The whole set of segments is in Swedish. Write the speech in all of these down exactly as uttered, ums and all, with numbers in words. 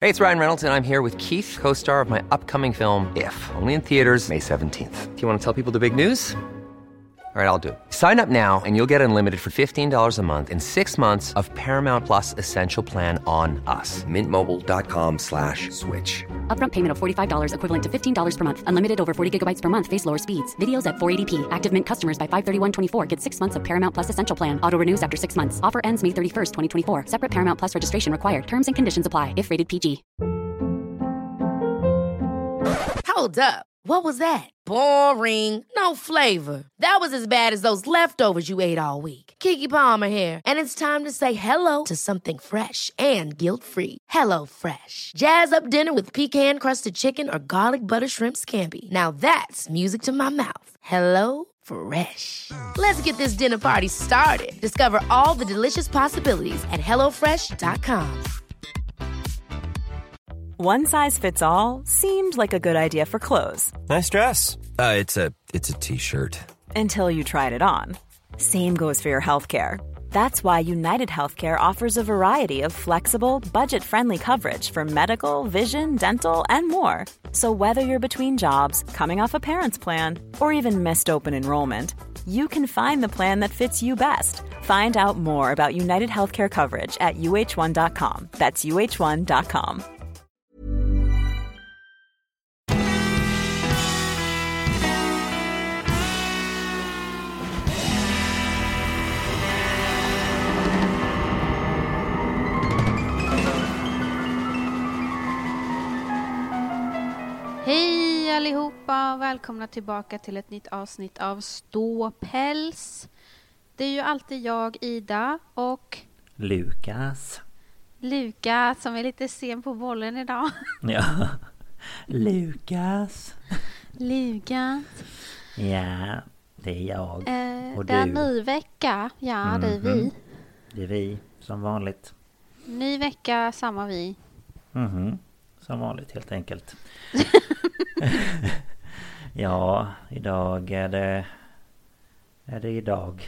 Hey, it's Ryan Reynolds, and I'm here with Keith, co-star of my upcoming film, If, only in theaters May seventeenth. Do you want to tell people the big news? All right, I'll do it. Sign up now and you'll get unlimited for fifteen dollars a month and six months of Paramount Plus Essential Plan on us. Mint Mobile dot com slash switch. Upfront payment of forty-five dollars equivalent to fifteen dollars per month. Unlimited over forty gigabytes per month. Face lower speeds. Videos at four eighty p. Active Mint customers by five thirty-one twenty-four get six months of Paramount Plus Essential Plan. Auto renews after six months. Offer ends May thirty-first, twenty twenty-four. Separate Paramount Plus registration required. Terms and conditions apply if rated P G. Hold up. What was that? Boring. No flavor. That was as bad as those leftovers you ate all week. Keke Palmer here, and it's time to say hello to something fresh and guilt-free. Hello Fresh. Jazz up dinner with pecan-crusted chicken or garlic butter shrimp scampi. Now that's music to my mouth. Hello Fresh. Let's get this dinner party started. Discover all the delicious possibilities at hello fresh dot com. One size fits all seemed like a good idea for clothes. Nice dress. Uh, it's a it's a t-shirt. Until you tried it on. Same goes for your healthcare. That's why United Healthcare offers a variety of flexible, budget-friendly coverage for medical, vision, dental, and more. So whether you're between jobs, coming off a parent's plan, or even missed open enrollment, you can find the plan that fits you best. Find out more about United Healthcare coverage at U H one dot com. That's U H one dot com. Hej allihopa och välkomna tillbaka till ett nytt avsnitt av Ståpäls. Det är ju alltid jag, Ida, och Lukas. Lukas som är lite sen på bollen idag. Ja, Lukas. Lukas. Ja, det är jag. Eh, och det är du. en ny vecka. Ja, mm-hmm. Det är vi. Det är vi, som vanligt. Ny vecka, samma vi. Mhm. Som vanligt helt enkelt. Ja, idag är det är det idag.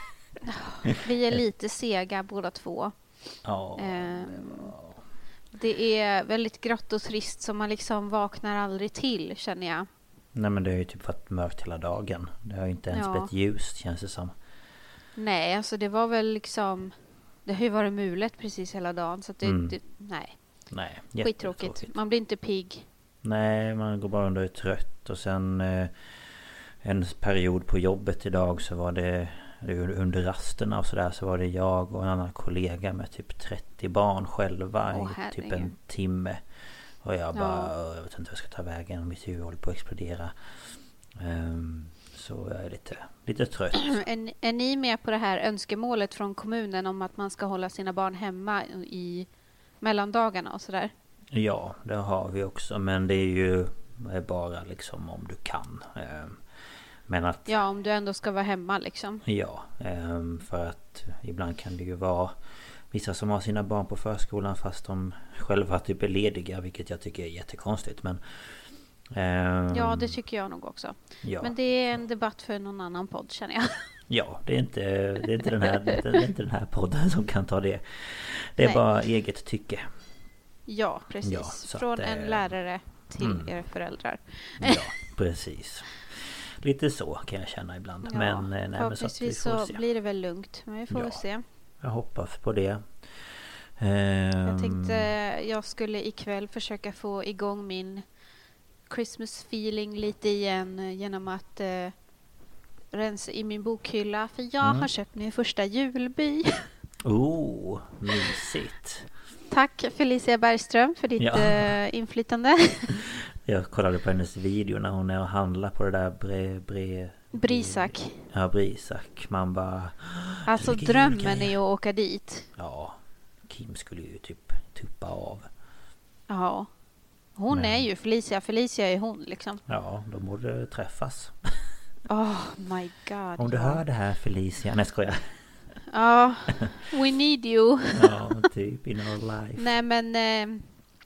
Vi är lite sega båda två. Ja, eh, det, var... det är väldigt grått och trist som man liksom vaknar aldrig till, känner jag. Nej, men det har ju typ varit mörkt hela dagen. Det har ju inte ens ja. blivit ljust, känns det som. Nej, alltså det var väl liksom... Det har ju varit mulet precis hela dagen. Så att det, Mm. det, nej. Nej, skittråkigt. Man blir inte pigg. Nej, man går bara under och är trött. Och sen eh, en period på jobbet idag så var det under rasterna och sådär, så var det jag och en annan kollega med typ trettio barn själva Åh, i typ en timme. Och jag bara, ja. jag vet inte vad jag ska ta vägen, mitt huvud håller på att explodera. Um, så jag är lite, lite trött. är, är ni med på det här önskemålet från kommunen om att man ska hålla sina barn hemma i mellandagarna och sådär? Ja, det har vi också. Men det är ju bara liksom om du kan. Men att, ja, om du ändå ska vara hemma liksom. Ja, för att ibland kan det ju vara vissa som har sina barn på förskolan fast de själva typ är lediga, vilket jag tycker är jättekonstigt. Men, ja, det tycker jag nog också. Ja. Men det är en debatt för någon annan podd, känner jag. Ja, det är inte, det är inte, den, här, det är inte den här podden som kan ta det. Det är Nej. bara eget tycke. Ja, precis. Ja, från att, en lärare till mm. er föräldrar. Ja, precis. Lite så kan jag känna ibland. Ja, men nej, men så, att vi får så se. blir det väl lugnt. Men vi får ja, se. Jag hoppas på det. Um, jag tänkte jag skulle ikväll försöka få igång min Christmas feeling lite igen genom att uh, rensa i min bokhylla. För jag mm. har köpt min första julby. Oh, mysigt. Tack Felicia Bergström för ditt ja. uh, inflytande. Jag kollade på hennes video när hon är och handlar på det där bre, bre, Brisak. Ja, Brisak. Man bara... Alltså drömmen är ju att åka dit. Ja, Kim skulle ju typ tuppa av. Ja. Hon Men... är ju Felicia. Felicia är hon liksom. Ja, de borde träffas. Oh my god. Om du ja. hör det här Felicia. Nej, skojar. Ja, we need you. Ja, typ in our life. Nej, men eh,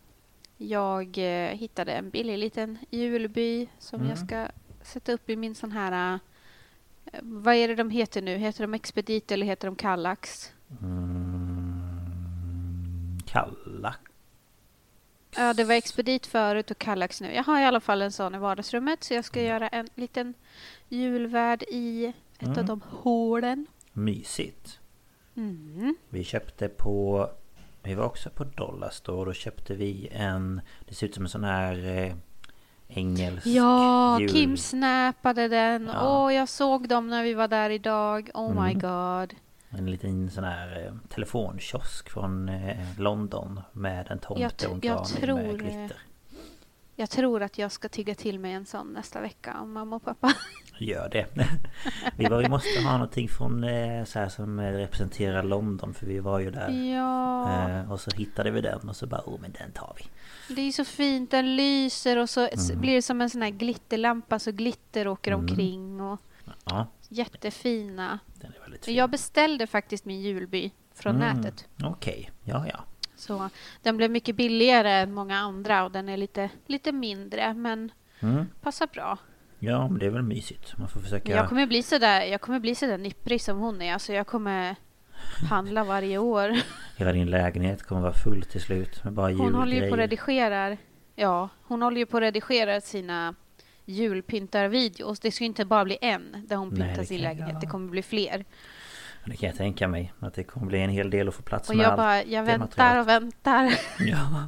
jag eh, hittade en billig liten julby som mm. jag ska sätta upp i min sån här... Eh, vad är det de heter nu? Heter de Expedit eller heter de Kallax? Mm, Kallax. Ja, det var Expedit förut och Kallax nu. Jag har i alla fall en sån i vardagsrummet. Så jag ska göra en liten julvärd i ett Mm. av de hålen. Mysigt. Mm. Vi köpte på... Vi var också på Dollarstore. Då köpte vi en... Det ser ut som en sån här eh, engelsk Ja, jul... Kim snappade den. Åh, Ja. oh, jag såg dem när vi var där idag. Oh my Mm. god. En liten sån här eh, telefonkiosk från eh, London med en tomte Jag t- och en jag gran i tror, med glitter. Jag tror att jag ska tigga till mig en sån nästa vecka om mamma och pappa. Gör det. Vi, var, vi måste ha någonting från eh, så här som eh, representerar London, för vi var ju där. Ja, Eh, och så hittade vi den och så bara, oh men den tar vi. det är så fint. Den lyser och så s- Mm. blir det som en sån här glitterlampa så glitter åker Mm. omkring. Och Ja, jättefina. den är väldigt fin. Jag beställde faktiskt min julby från Mm. nätet. Okej, ja ja. Så den blev mycket billigare än många andra och den är lite, lite mindre men Mm. passar bra. Ja, men det är väl mysigt. Man får försöka... Men jag kommer bli så där, jag kommer bli så där nipprig som hon är. Alltså jag kommer handla varje år. Hela din lägenhet kommer vara full till slut med bara Hon julgrejer. håller ju på och redigerar. Ja, hon håller ju på att redigera sina julpyntarvideos. Det ska ju inte bara bli en där hon Nej, pyntar det sin kan lägenhet. jag- Det kommer bli fler. Det kan jag tänka mig. Att det kommer bli en hel del att få plats Och med jag allt bara, jag det väntar materialet. och väntar. Ja.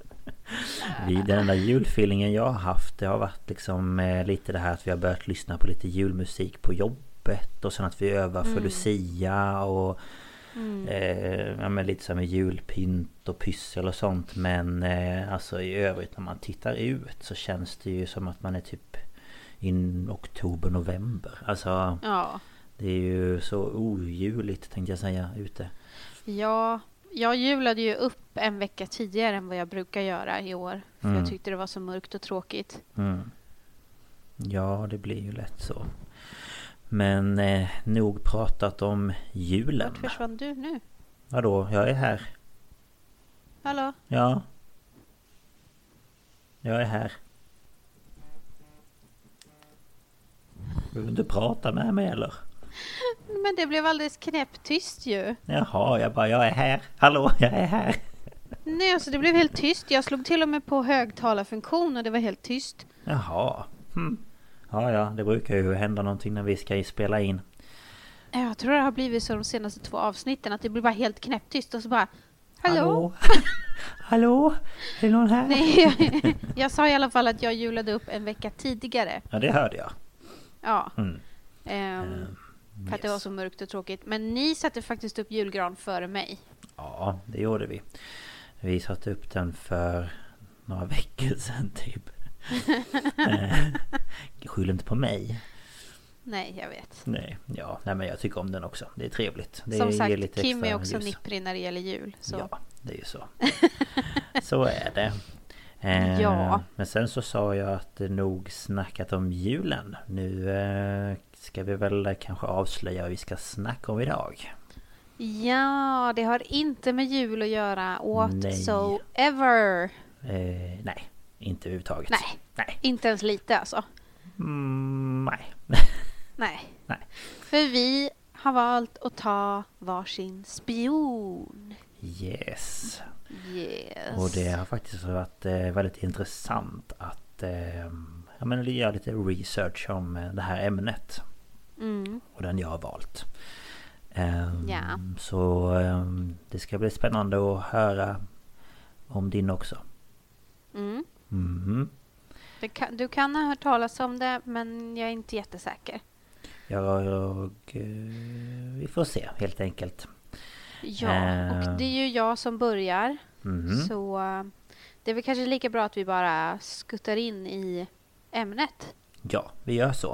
Vi, den enda julfeelingen jag har haft, det har varit liksom eh, lite det här att vi har börjat lyssna på lite julmusik på jobbet. Och sen att vi övar för Mm. Lucia och Mm. eh, ja, men lite så här med julpynt och pyssel och sånt. Men eh, alltså i övrigt när man tittar ut så känns det ju som att man är typ i oktober, november. Alltså Ja. det är ju så ojuligt tänkte jag säga ute. Ja, jag julade ju upp en vecka tidigare än vad jag brukar göra i år. För Mm. jag tyckte det var så mörkt och tråkigt. Mm. Ja, det blir ju lätt så. Men eh, nog pratat om julen. Vart försvann du nu? Vadå? Jag är här. Hallå? Ja. Jag är här. Vill du inte prata med mig eller? Men det blev alldeles knäpptyst ju. Jaha, jag bara, jag är här. Hallå, jag är här. Nej, alltså det blev helt tyst. Jag slog till och med på högtalarfunktion och det var helt tyst. Jaha. Hm. Ja, ja, det brukar ju hända någonting när vi ska spela in. Jag tror det har blivit så de senaste två avsnitten att det blir bara helt knäpptyst och så bara hallå? Hallå? Hallå? Är det någon här? Nej, jag, jag sa i alla fall att jag julade upp en vecka tidigare. Ja, det hörde jag. Ja. Mm. Ehm, Ehm, för att det var så mörkt och tråkigt. Men ni satte faktiskt upp julgran före mig. Ja, det gjorde vi. Vi satte upp den för några veckor sedan typ. Eh, Skyll inte på mig. Nej, jag vet. Nej, ja, nej, men jag tycker om den också. Det är trevligt. Det Som ger sagt, lite Kim extra är också ljus. nipprig när det gäller jul. Så. Ja, det är ju så. Så är det. Eh, Ja. Men sen så sa jag att det nog snackat om julen. Nu eh, ska vi väl kanske avslöja vad vi ska snacka om idag. Ja, det har inte med jul att göra. Nej. Whatsoever. Eh, nej, inte överhuvudtaget. Nej, Nej. inte ens lite alltså. Mm, nej. Nej. Nej. För vi har valt att ta varsin spion. Yes. Yes. Och det har faktiskt varit eh, väldigt intressant att eh, ja, men göra lite research om eh, det här ämnet. Mm. Och den jag har valt. Um, Ja. Så um, det ska bli spännande att höra om din också. Mm. Mhm. Du, kan, du kan ha hört talas om det, men jag är inte jättesäker. Jag, jag, eh, vi får se helt enkelt. Ja, Eh. och det är ju jag som börjar. Mhm. Så eh, det är väl kanske lika bra att vi bara skuttar in i ämnet. Ja, vi gör så.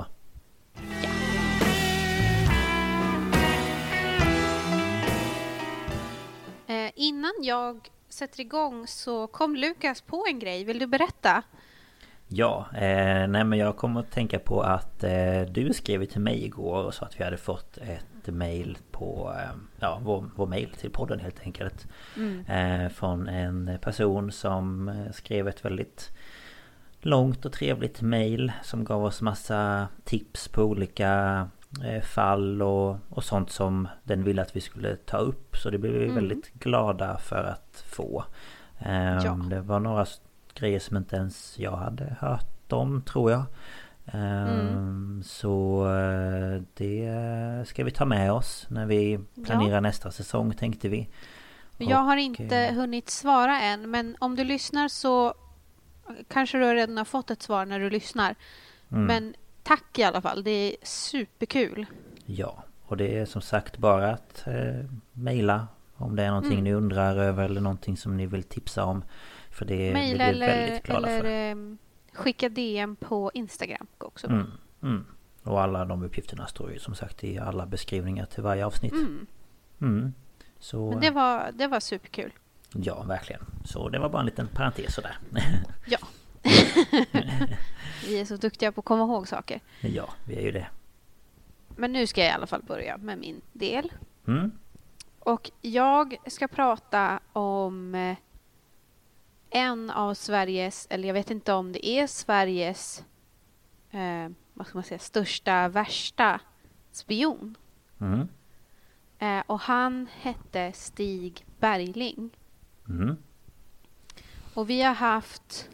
Eh, innan jag sätter igång så kom Lukas på en grej. Vill du berätta? Ja, eh, nej men jag kommer att tänka på att eh, du skrev till mig igår och sa att vi hade fått ett mail på eh, ja, vår, vår mail till podden helt enkelt. Mm. Eh, från en person som eh, skrev ett väldigt långt och trevligt mail som gav oss massa tips på olika eh, fall och, och sånt som den ville att vi skulle ta upp. Så det blev vi Mm. väldigt glada för att få. Eh, Ja. Det var några grejer som inte ens jag hade hört om, tror jag. Mm. Så det ska vi ta med oss när vi planerar ja. nästa säsong, tänkte vi. Jag och, har inte hunnit svara än, men om du lyssnar så kanske du redan har fått ett svar när du lyssnar. Mm. Men tack i alla fall, det är superkul. Ja, och det är som sagt bara att eh, mejla om det är någonting mm. ni undrar över eller någonting som ni vill tipsa om. För det Mail blir vi eller, väldigt glada eller, för. Eh, skicka D M på Instagram också. Mm, mm. Och alla de uppgifterna står ju som sagt i alla beskrivningar till varje avsnitt. Mm. Mm. Så, men det var, det var superkul. Ja, verkligen. Så det var bara en liten parentes sådär. Ja. Vi är så duktiga på att komma ihåg saker. Ja, vi är ju det. Men nu ska jag i alla fall börja med min del. Mm. Och jag ska prata om en av Sveriges, eller jag vet inte om det är Sveriges eh, vad ska man säga, största, värsta spion. Mm. Eh, och han hette Stig Bergling. Mm. Och vi har haft,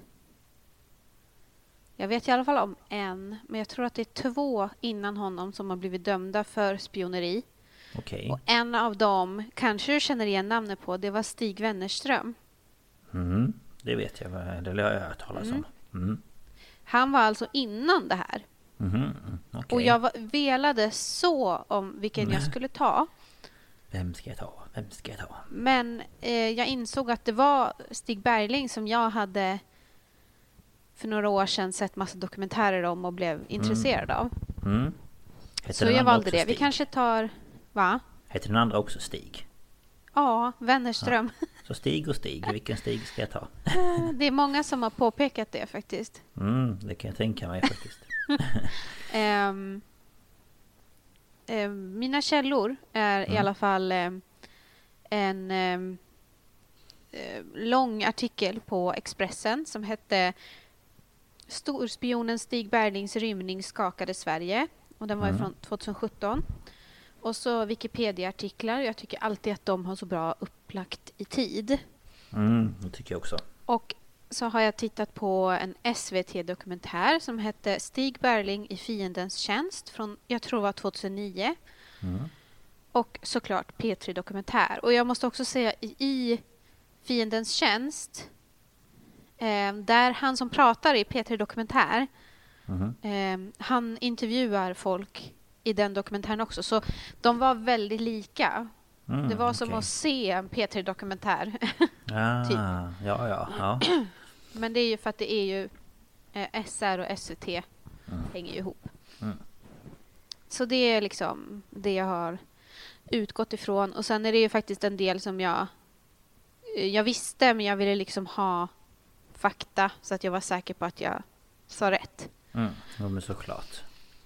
jag vet i alla fall om en, men jag tror att det är två innan honom som har blivit dömda för spioneri. Okay. Och en av dem, kanske du känner igen namnet på, det var Stig Wennerström. Mm. Det vet jag, det har jag hört talas om. Mm. Han var alltså innan det här. Mm. Okay. Och jag var, velade så om vilken mm. jag skulle ta. Vem ska jag ta? Vem ska jag ta? Men eh, jag insåg att det var Stig Bergling som jag hade för några år sedan sett massa dokumentärer om och blev intresserad mm. av. Mm. Så jag valde det. Vi kanske tar... Va? Heter den andra också Stig? Ja, Wennerström. Ja. Så Stig och Stig, vilken Stig ska jag ta? Det är många som har påpekat det faktiskt. Mm, det kan jag tänka mig faktiskt. um, um, mina källor är mm. i alla fall um, en um, uh, lång artikel på Expressen som hette Storspionen Stig Berglings rymning skakade Sverige. Och den var mm. från tjugohundrasjutton. Och så Wikipedia-artiklar. Jag tycker alltid att de har så bra upplagt i tid. Mm, det tycker jag också. Och så har jag tittat på en S V T-dokumentär som hette Stig Bergling i fiendens tjänst från, jag tror det var tjugohundranio. Mm. Och såklart P tre-dokumentär. Och jag måste också säga i, i fiendens tjänst, eh, där han som pratar i P tre-dokumentär, mm. eh, han intervjuar folk i den dokumentären också. Så de var väldigt lika. Mm, det var som okay. att se en P tre-dokumentär. Ah, typ. Ja, ja, ja. Men det är ju för att det är ju eh, S R och S V T mm. hänger ju ihop. Mm. Så det är liksom det jag har utgått ifrån. Och sen är det ju faktiskt en del som jag jag visste, men jag ville liksom ha fakta så att jag var säker på att jag sa rätt. Mm, ja, men såklart.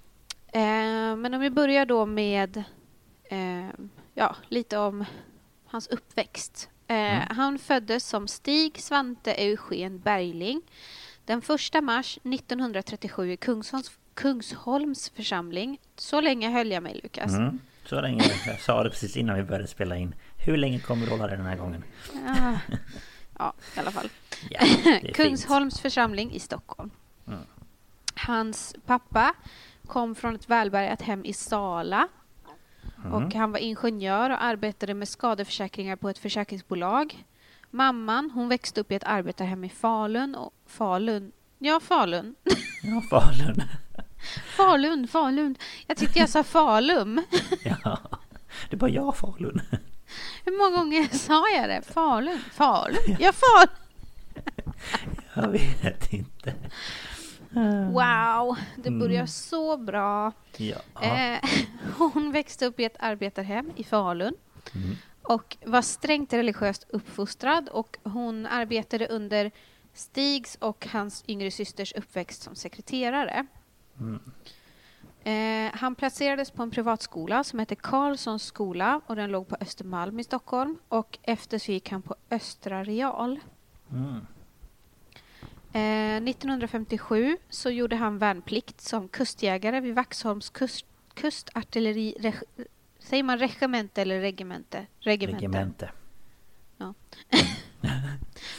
Eh, men om vi börjar då med eh, ja, lite om hans uppväxt. Eh, mm. Han föddes som Stig Svante Eugen Bergling den första mars nittonhundratrettiosju i Kungsholms, Kungsholms församling. Så länge höll jag mig, Lukas. Mm, så länge. Jag sa det precis innan vi började spela in. Hur länge kommer du hålla det den här gången? Ah, ja, i alla fall. Ja, Kungsholms fint. Församling i Stockholm. Mm. Hans pappa kom från ett välbärgat hem i Sala. Mm. Och han var ingenjör och arbetade med skadeförsäkringar på ett försäkringsbolag. Mamman, hon växte upp i ett arbetarhem i Falun. Och Falun? Ja, Falun. Ja, Falun. Falun, Falun. Jag tyckte jag sa Falum. Ja, det var jag, Falun. Hur många gånger sa jag det? Falun, Falun. Ja, Falun. Jag vet inte. Wow, det börjar mm. så bra. Ja. Eh, hon växte upp i ett arbetarhem i Falun mm. och var strängt religiöst uppfostrad, och hon arbetade under Stigs och hans yngre systers uppväxt som sekreterare. Mm. Eh, han placerades på en privatskola som heter Karlssons skola, och den låg på Östermalm i Stockholm, och efter så gick han på Östra Real. Mm. Eh, nittonhundrafemtiosju så gjorde han värnplikt som kustjägare vid Vaxholms kust, kustartilleri... Reg, säger man regemente eller regemente? Regemente. Regemente. Ja.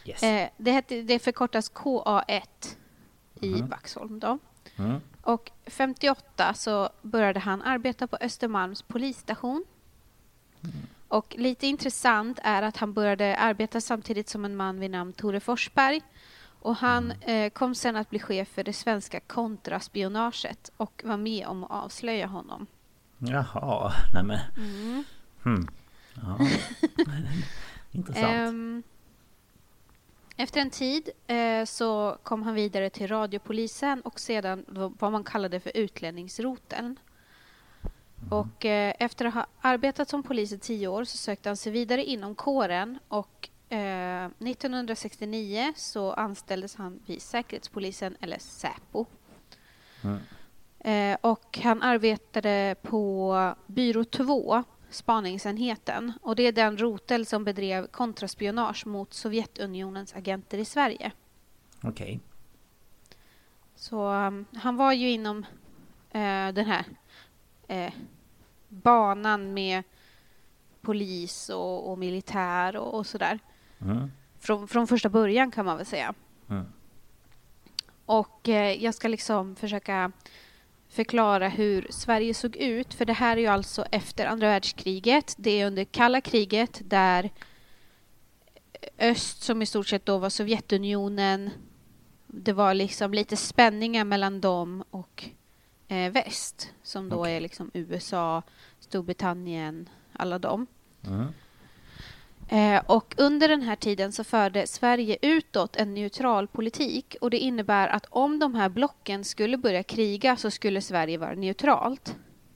Yes. Eh, det, heter, det förkortas K A ett i Mhm. Vaxholm då. Mm. Och femtioåtta så började han arbeta på Östermalms polisstation. Och lite intressant är att han började arbeta samtidigt som en man vid namn Tore Forsberg. Och han eh, kom sen att bli chef för det svenska kontraspionaget och var med om att avslöja honom. Jaha, nej men. Mm. Hmm. Ja. Intressant. Ehm, efter en tid eh, så kom han vidare till radiopolisen och sedan då, vad man kallade för utlänningsroteln. Och eh, efter att ha arbetat som polis i tio år så sökte han sig vidare inom kåren och eh, nittonhundrasextionio så anställdes han vid Säkerhetspolisen eller Säpo. Mm. Eh, och han arbetade på byrå två, spaningsenheten. Och det är den rotel som bedrev kontraspionage mot Sovjetunionens agenter i Sverige. Okej. Okay. Så um, han var ju inom eh, den här eh, banan med polis och, och militär och, och sådär. Mm. Från, från första början kan man väl säga. Mm. Och eh, jag ska liksom försöka förklara hur Sverige såg ut. För det här är ju alltså efter andra världskriget. Det är under kalla kriget där öst som i stort sett då var Sovjetunionen. Det var liksom lite spänningar mellan dem och eh, väst. Som då Okay. är liksom U S A, Storbritannien, alla dem. Mm. Eh, och under den här tiden så förde Sverige utåt en neutral politik. Och det innebär att om de här blocken skulle börja kriga så skulle Sverige vara neutralt.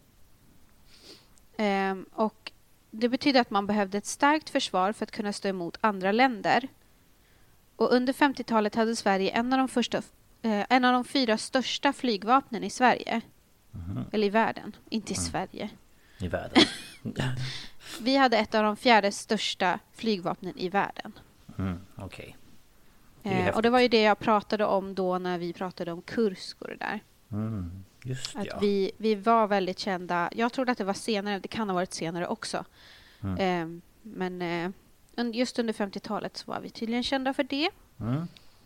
Eh, och det betyder att man behövde ett starkt försvar för att kunna stå emot andra länder. Och under femtiotalet hade Sverige en av de, första, eh, en av de fyra största flygvapnen i Sverige. Mm. Eller i världen, inte i Mm. Sverige. I världen. Vi hade ett av de fjärde största flygvapnen i världen. Mm. Okej. Okay. Eh, och det var ju det jag pratade om då när vi pratade om Kursk och det där. Mm. Just Att ja. vi, vi var väldigt kända. Jag trodde att det var senare, det kan ha varit senare också. Mm. Eh, men eh, un- just under femtiotalet så var vi tydligen kända för det. Mm.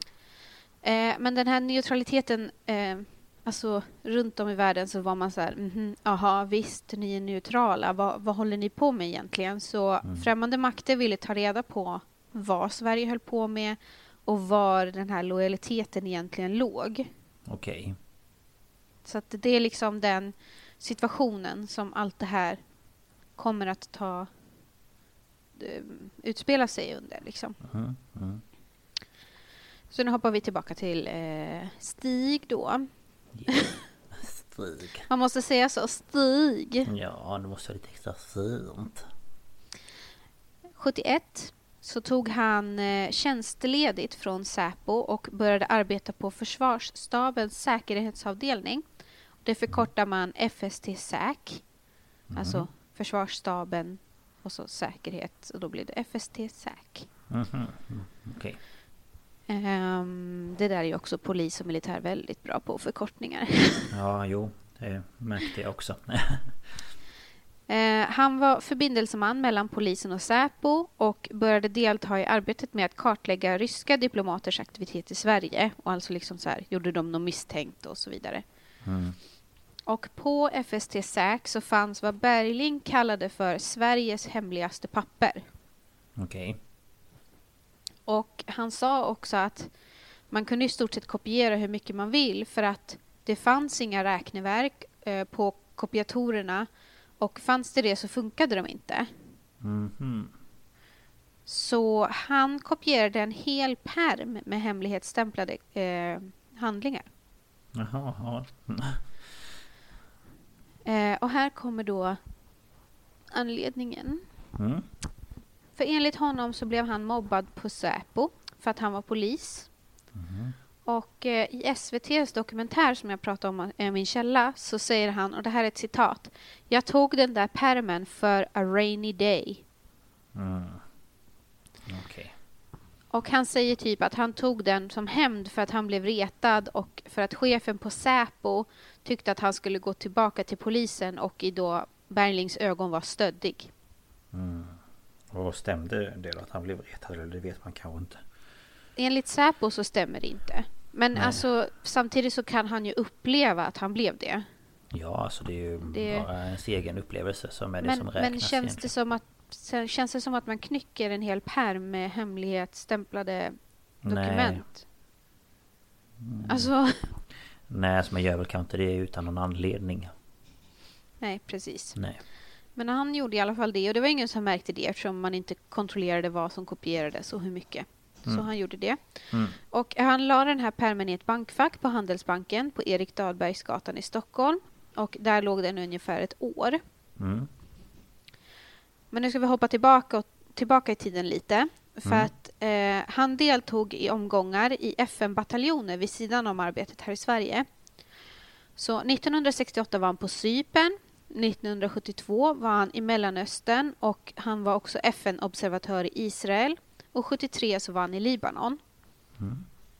Eh, men den här neutraliteten, eh, alltså runt om i världen så var man så här, mhm, aha, visst, ni är neutrala. Va, vad håller ni på med egentligen? Så Mm. främmande makter ville ta reda på vad Sverige höll på med och var den här lojaliteten egentligen låg. Okej. Okay. Så att det är liksom den situationen som allt det här kommer att ta eh, utspela sig under. Liksom. Mm. Mm. Så nu hoppar vi tillbaka till eh, Stig då. Yeah. Stig. Man måste säga så, Stig. Ja, det måste vara lite extra fint. sjuttioett så tog han eh, tjänstledigt från Säpo och började arbeta på Försvarsstabens säkerhetsavdelning. Det förkortar man F S T SÄK. Mm. Alltså Försvarsstaben och så säkerhet. Och då blir det F S T SÄK. Mm. Mm. Okej. Okay. Um, det där är ju också polis och militär väldigt bra på förkortningar. Ja, jo. Det märkte jag också. uh, han var förbindelseman mellan polisen och Säpo och började delta i arbetet med att kartlägga ryska diplomaters aktivitet i Sverige. Och alltså liksom så här, gjorde de något misstänkt och så vidare. Mm. Och på F S T SÄK så fanns vad Bergling kallade för Sveriges hemligaste papper. Okej. Okay. Och han sa också att man kunde i stort sett kopiera hur mycket man vill för att det fanns inga räkneverk eh, på kopiatorerna och fanns det det så funkade de inte. Mm-hmm. Så han kopierade en hel pärm med hemlighetsstämplade eh, handlingar. Jaha, ja. Eh, och här kommer då anledningen. Mm. För enligt honom så blev han mobbad på Säpo för att han var polis. Mm. Och eh, i S V T:s dokumentär som jag pratade om, eh, min källa, så säger han, och det här är ett citat: jag tog den där pärmen för a rainy day. Mm. Okej. Okay. Och han säger typ att han tog den som hämnd för att han blev retad och för att chefen på Säpo tyckte att han skulle gå tillbaka till polisen och i då Berglings ögon var stöddig. Mm. Och stämde det att han blev retad, eller det vet man kanske inte. enligt Säpo så stämmer det inte. Men Nej. alltså, samtidigt så kan han ju uppleva att han blev det. Ja, alltså det är ju det... bara ens egen upplevelse som är det men, som räknas. Men känns det, som att, känns det som att man knycker en hel pärm med hemlighetsstämplade dokument? Mm. Alltså... Nej, alltså man gör väl kanske inte det utan någon anledning. Nej, precis. Nej. Men han gjorde i alla fall det. Och det var ingen som märkte det eftersom man inte kontrollerade vad som kopierades och hur mycket. Mm. Så han gjorde det. Mm. Och han la den här pärmen i ett bankfack på Handelsbanken på Erik Dahlbergsgatan i Stockholm. Och där låg den ungefär ett år. Mm. Men nu ska vi hoppa tillbaka, tillbaka i tiden lite. För mm. att eh, han deltog i omgångar i F N-bataljoner vid sidan om arbetet här i Sverige. Så nittonhundrasextioåtta var han på Cypern. nittonhundrasjuttiotvå var han i Mellanöstern och han var också F N-observatör i Israel. Och sjuttiotre så var han i Libanon. Mm.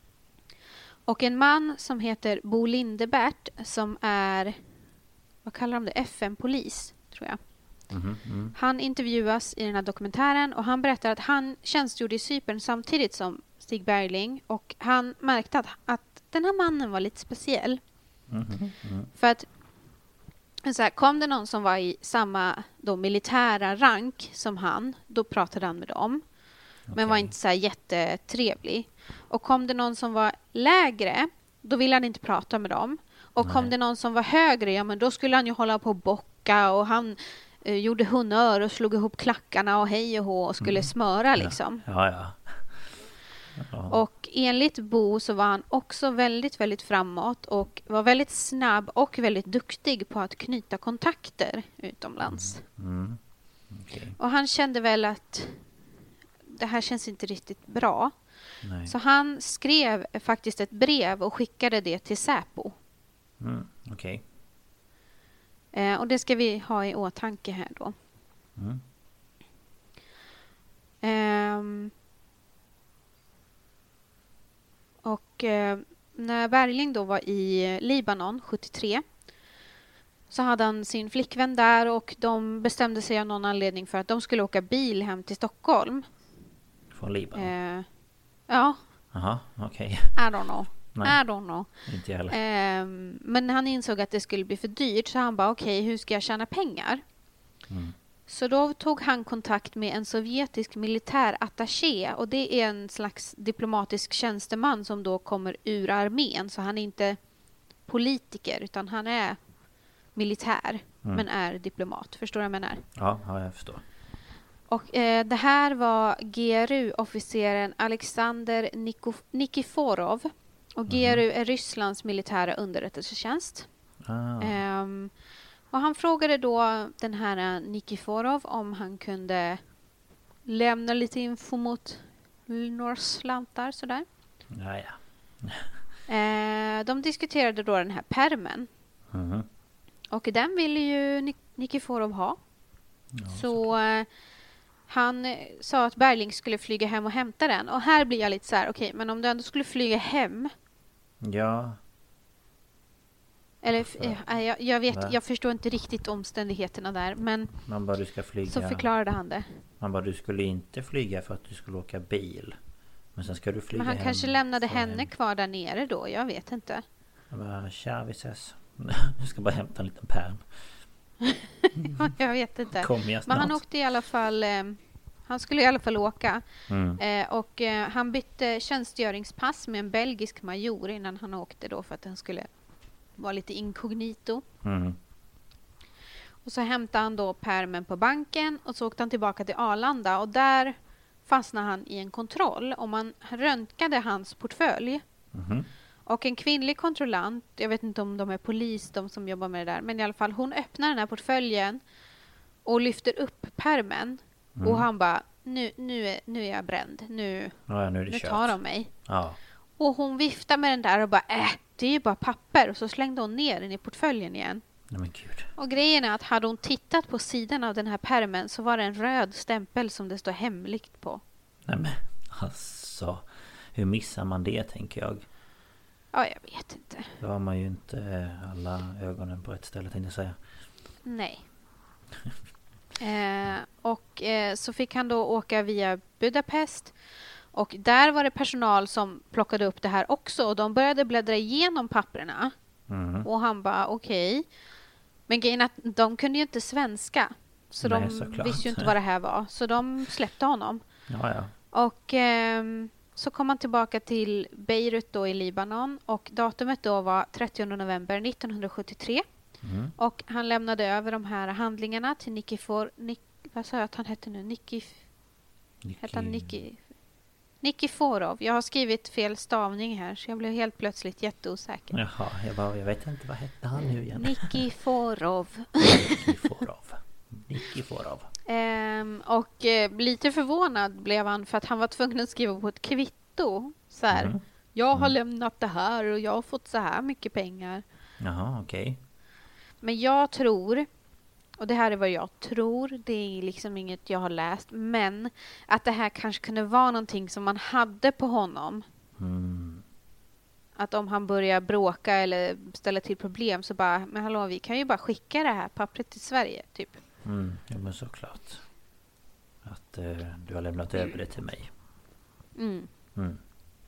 Och en man som heter Bo Lindebert som är, vad kallar de det? F N-polis, tror jag. Mm, mm. Han intervjuas i den här dokumentären och han berättar att han tjänstgjorde i Cypern samtidigt som Stig Bergling. Och han märkte att, att den här mannen var lite speciell. Mm, mm. För att så här, kom det någon som var i samma då, militära rank som han, då pratade han med dem. Okay. Men var inte så här jättetrevlig. Och kom det någon som var lägre, då ville han inte prata med dem. Och Nej. Kom det någon som var högre, ja men då skulle han ju hålla på och bocka. Och han eh, gjorde honör och slog ihop klackarna och hej och hå och skulle mm. smöra liksom. Ja, ja. ja. Och enligt Bo så var han också väldigt, väldigt framåt och var väldigt snabb och väldigt duktig på att knyta kontakter utomlands. Mm. Mm. Okay. Och han kände väl att det här känns inte riktigt bra. Nej. Så han skrev faktiskt ett brev och skickade det till Säpo. Mm. Okej. Okay. Eh, och det ska vi ha i åtanke här då. Mm. Eh, och eh, när Bergling då var i Libanon sjuttiotre så hade han sin flickvän där och de bestämde sig av någon anledning för att de skulle åka bil hem till Stockholm. Från Libanon? Eh, ja. Aha, okej. Okay. I don't know. Nej, I don't know. Inte heller. Eh, men han insåg att det skulle bli för dyrt så han bara okej, okay, hur ska jag tjäna pengar? Mm. Så då tog han kontakt med en sovjetisk militärattaché och det är en slags diplomatisk tjänsteman som då kommer ur armén. Så han är inte politiker utan han är militär mm. men är diplomat. Förstår du vad jag menar? Ja, ja jag förstår. Och eh, det här var G R U-officeren Alexander Nikof- Nikiforov. Och G R U är Rysslands militära underrättelsetjänst. Ah. Um, och han frågade då den här Nikiforov om han kunde lämna lite info mot några slantar sådär. Ja, ja. uh, de diskuterade då den här pärmen. Mm. Och den ville ju Nik- Nikiforov ha. Ja, så uh, han sa att Bergling skulle flyga hem och hämta den. Och här blir jag lite så här, okej, okay, men om du ändå skulle flyga hem. Ja. Eller äh, jag, jag vet, Nej. jag förstår inte riktigt omständigheterna där, men man bara, du ska flyga. Så förklarade han det. Man bara, du skulle inte flyga för att du skulle åka bil. Men sen ska du flyga Men han hem kanske lämnade henne hem. Kvar där nere då, jag vet inte. Jag bara, tja, vi ses. Jag ska bara hämta en liten pärm. Jag vet inte. Kom jag men han åkte i alla fall eh, han skulle i alla fall åka mm. eh, och eh, han bytte tjänstgöringspass med en belgisk major innan han åkte då för att han skulle vara lite inkognito. Mm. Och så hämtade han då pärmen på banken och så åkte han tillbaka till Arlanda och där fastnade han i en kontroll och man röntgade hans portfölj. Mm. Och en kvinnlig kontrollant, jag vet inte om de är polis, de som jobbar med det där, men i alla fall hon öppnar den här portföljen och lyfter upp pärmen. Mm. Och han bara, nu, nu, är, nu är jag bränd, nu, ja, nu, är det nu kört. tar de mig. Ja. Och hon viftar med den där och bara, äh, det är ju bara papper. Och så slängde hon ner den i portföljen igen. Nej, men Gud. Och grejen är att hade hon tittat på sidan av den här pärmen så var det en röd stämpel som det står hemligt på. Nej men, alltså, hur missar man det tänker jag? Ja, jag vet inte. Då har man ju inte alla ögonen på ett ställe, tänkte jag säga. Nej. eh, och eh, så fick han då åka via Budapest. Och där var det personal som plockade upp det här också. Och de började bläddra igenom papperna. Mm. Och han bara, okej. Okay. Men grejen är att de kunde ju inte svenska. Så Nej, de såklart. visste ju inte vad det här var. Så de släppte honom. Ja, ja. Och eh, så kom han tillbaka till Beirut då i Libanon. Och datumet då var trettionde november nittonhundrasjuttiotre. Mm. Och han lämnade över de här handlingarna till Nikifor... Nik, vad sa jag att han hette nu? Nikif... Niki... Hette han Niki... Nikiforov. Jag har skrivit fel stavning här så jag blev helt plötsligt jätteosäker. Jaha, jag, bara, jag vet inte vad hette han nu igen. Nikiforov. Nikiforov. Nikiforov. Ehm, och eh, lite förvånad blev han för att han var tvungen att skriva på ett kvitto. Så här, Mm. jag har Mm. lämnat det här och jag har fått så här mycket pengar. Jaha, okej. Okay. Men jag tror, och det här är vad jag tror, det är liksom inget jag har läst, men att det här kanske kunde vara någonting som man hade på honom. Mm. Att om han börjar bråka eller ställa till problem så bara, men hallå, vi kan ju bara skicka det här pappret till Sverige, typ. Mm, ja men såklart. Att eh, du har lämnat över det till mig. Mm. Mm.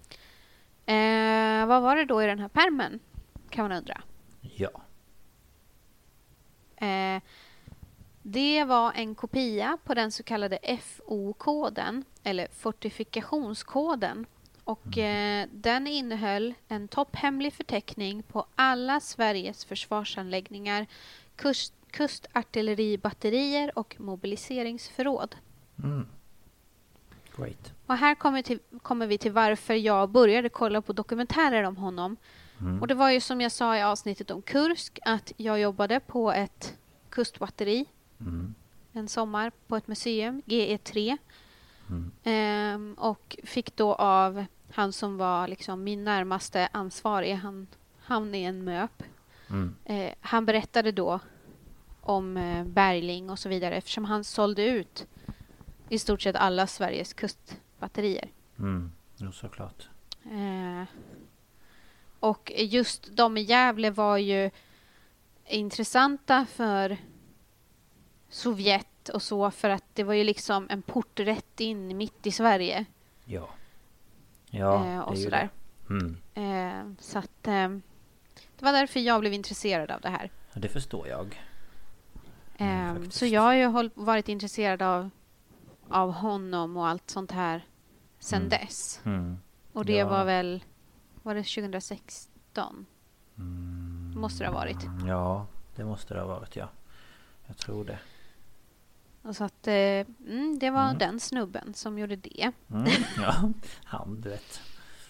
Eh, vad var det då i den här pärmen? Kan man undra. Ja. Eh, det var en kopia på den så kallade F O-koden, eller fortifikationskoden. Och eh, den innehöll en topphemlig förteckning på alla Sveriges försvarsanläggningar, kust, kustartilleribatterier och mobiliseringsförråd. Mm. Great. Och här kommer, till, kommer vi till varför jag började kolla på dokumentärer om honom. Mm. Och det var ju som jag sa i avsnittet om Kursk att jag jobbade på ett kustbatteri Mm. en sommar på ett museum, G E tre. Mm. Ehm, och fick då av han som var liksom min närmaste ansvarig, han, han är en möp. Mm. Eh, han berättade då om eh, Bergling och så vidare eftersom han sålde ut i stort sett alla Sveriges kustbatterier. Mm. Jo, såklart. Eh, och just de i Gävle var ju intressanta för Sovjet och så, för att det var ju liksom en port rätt in mitt i Sverige. Ja. Ja, eh, och det är ju sådär. det. Mm. Eh, så att eh, det var därför jag blev intresserad av det här. Ja, det förstår jag. Eh, faktiskt. så jag har ju håll, varit intresserad av, av honom och allt sånt här sedan Mm. dess. Mm. Och det Ja. var väl, var det tjugohundrasexton? Mm. Måste det ha varit. Ja, det måste det ha varit, ja. Jag tror det. Och så att eh, mm, det var Mm. den snubben som gjorde det. Mm. Ja, han, du vet.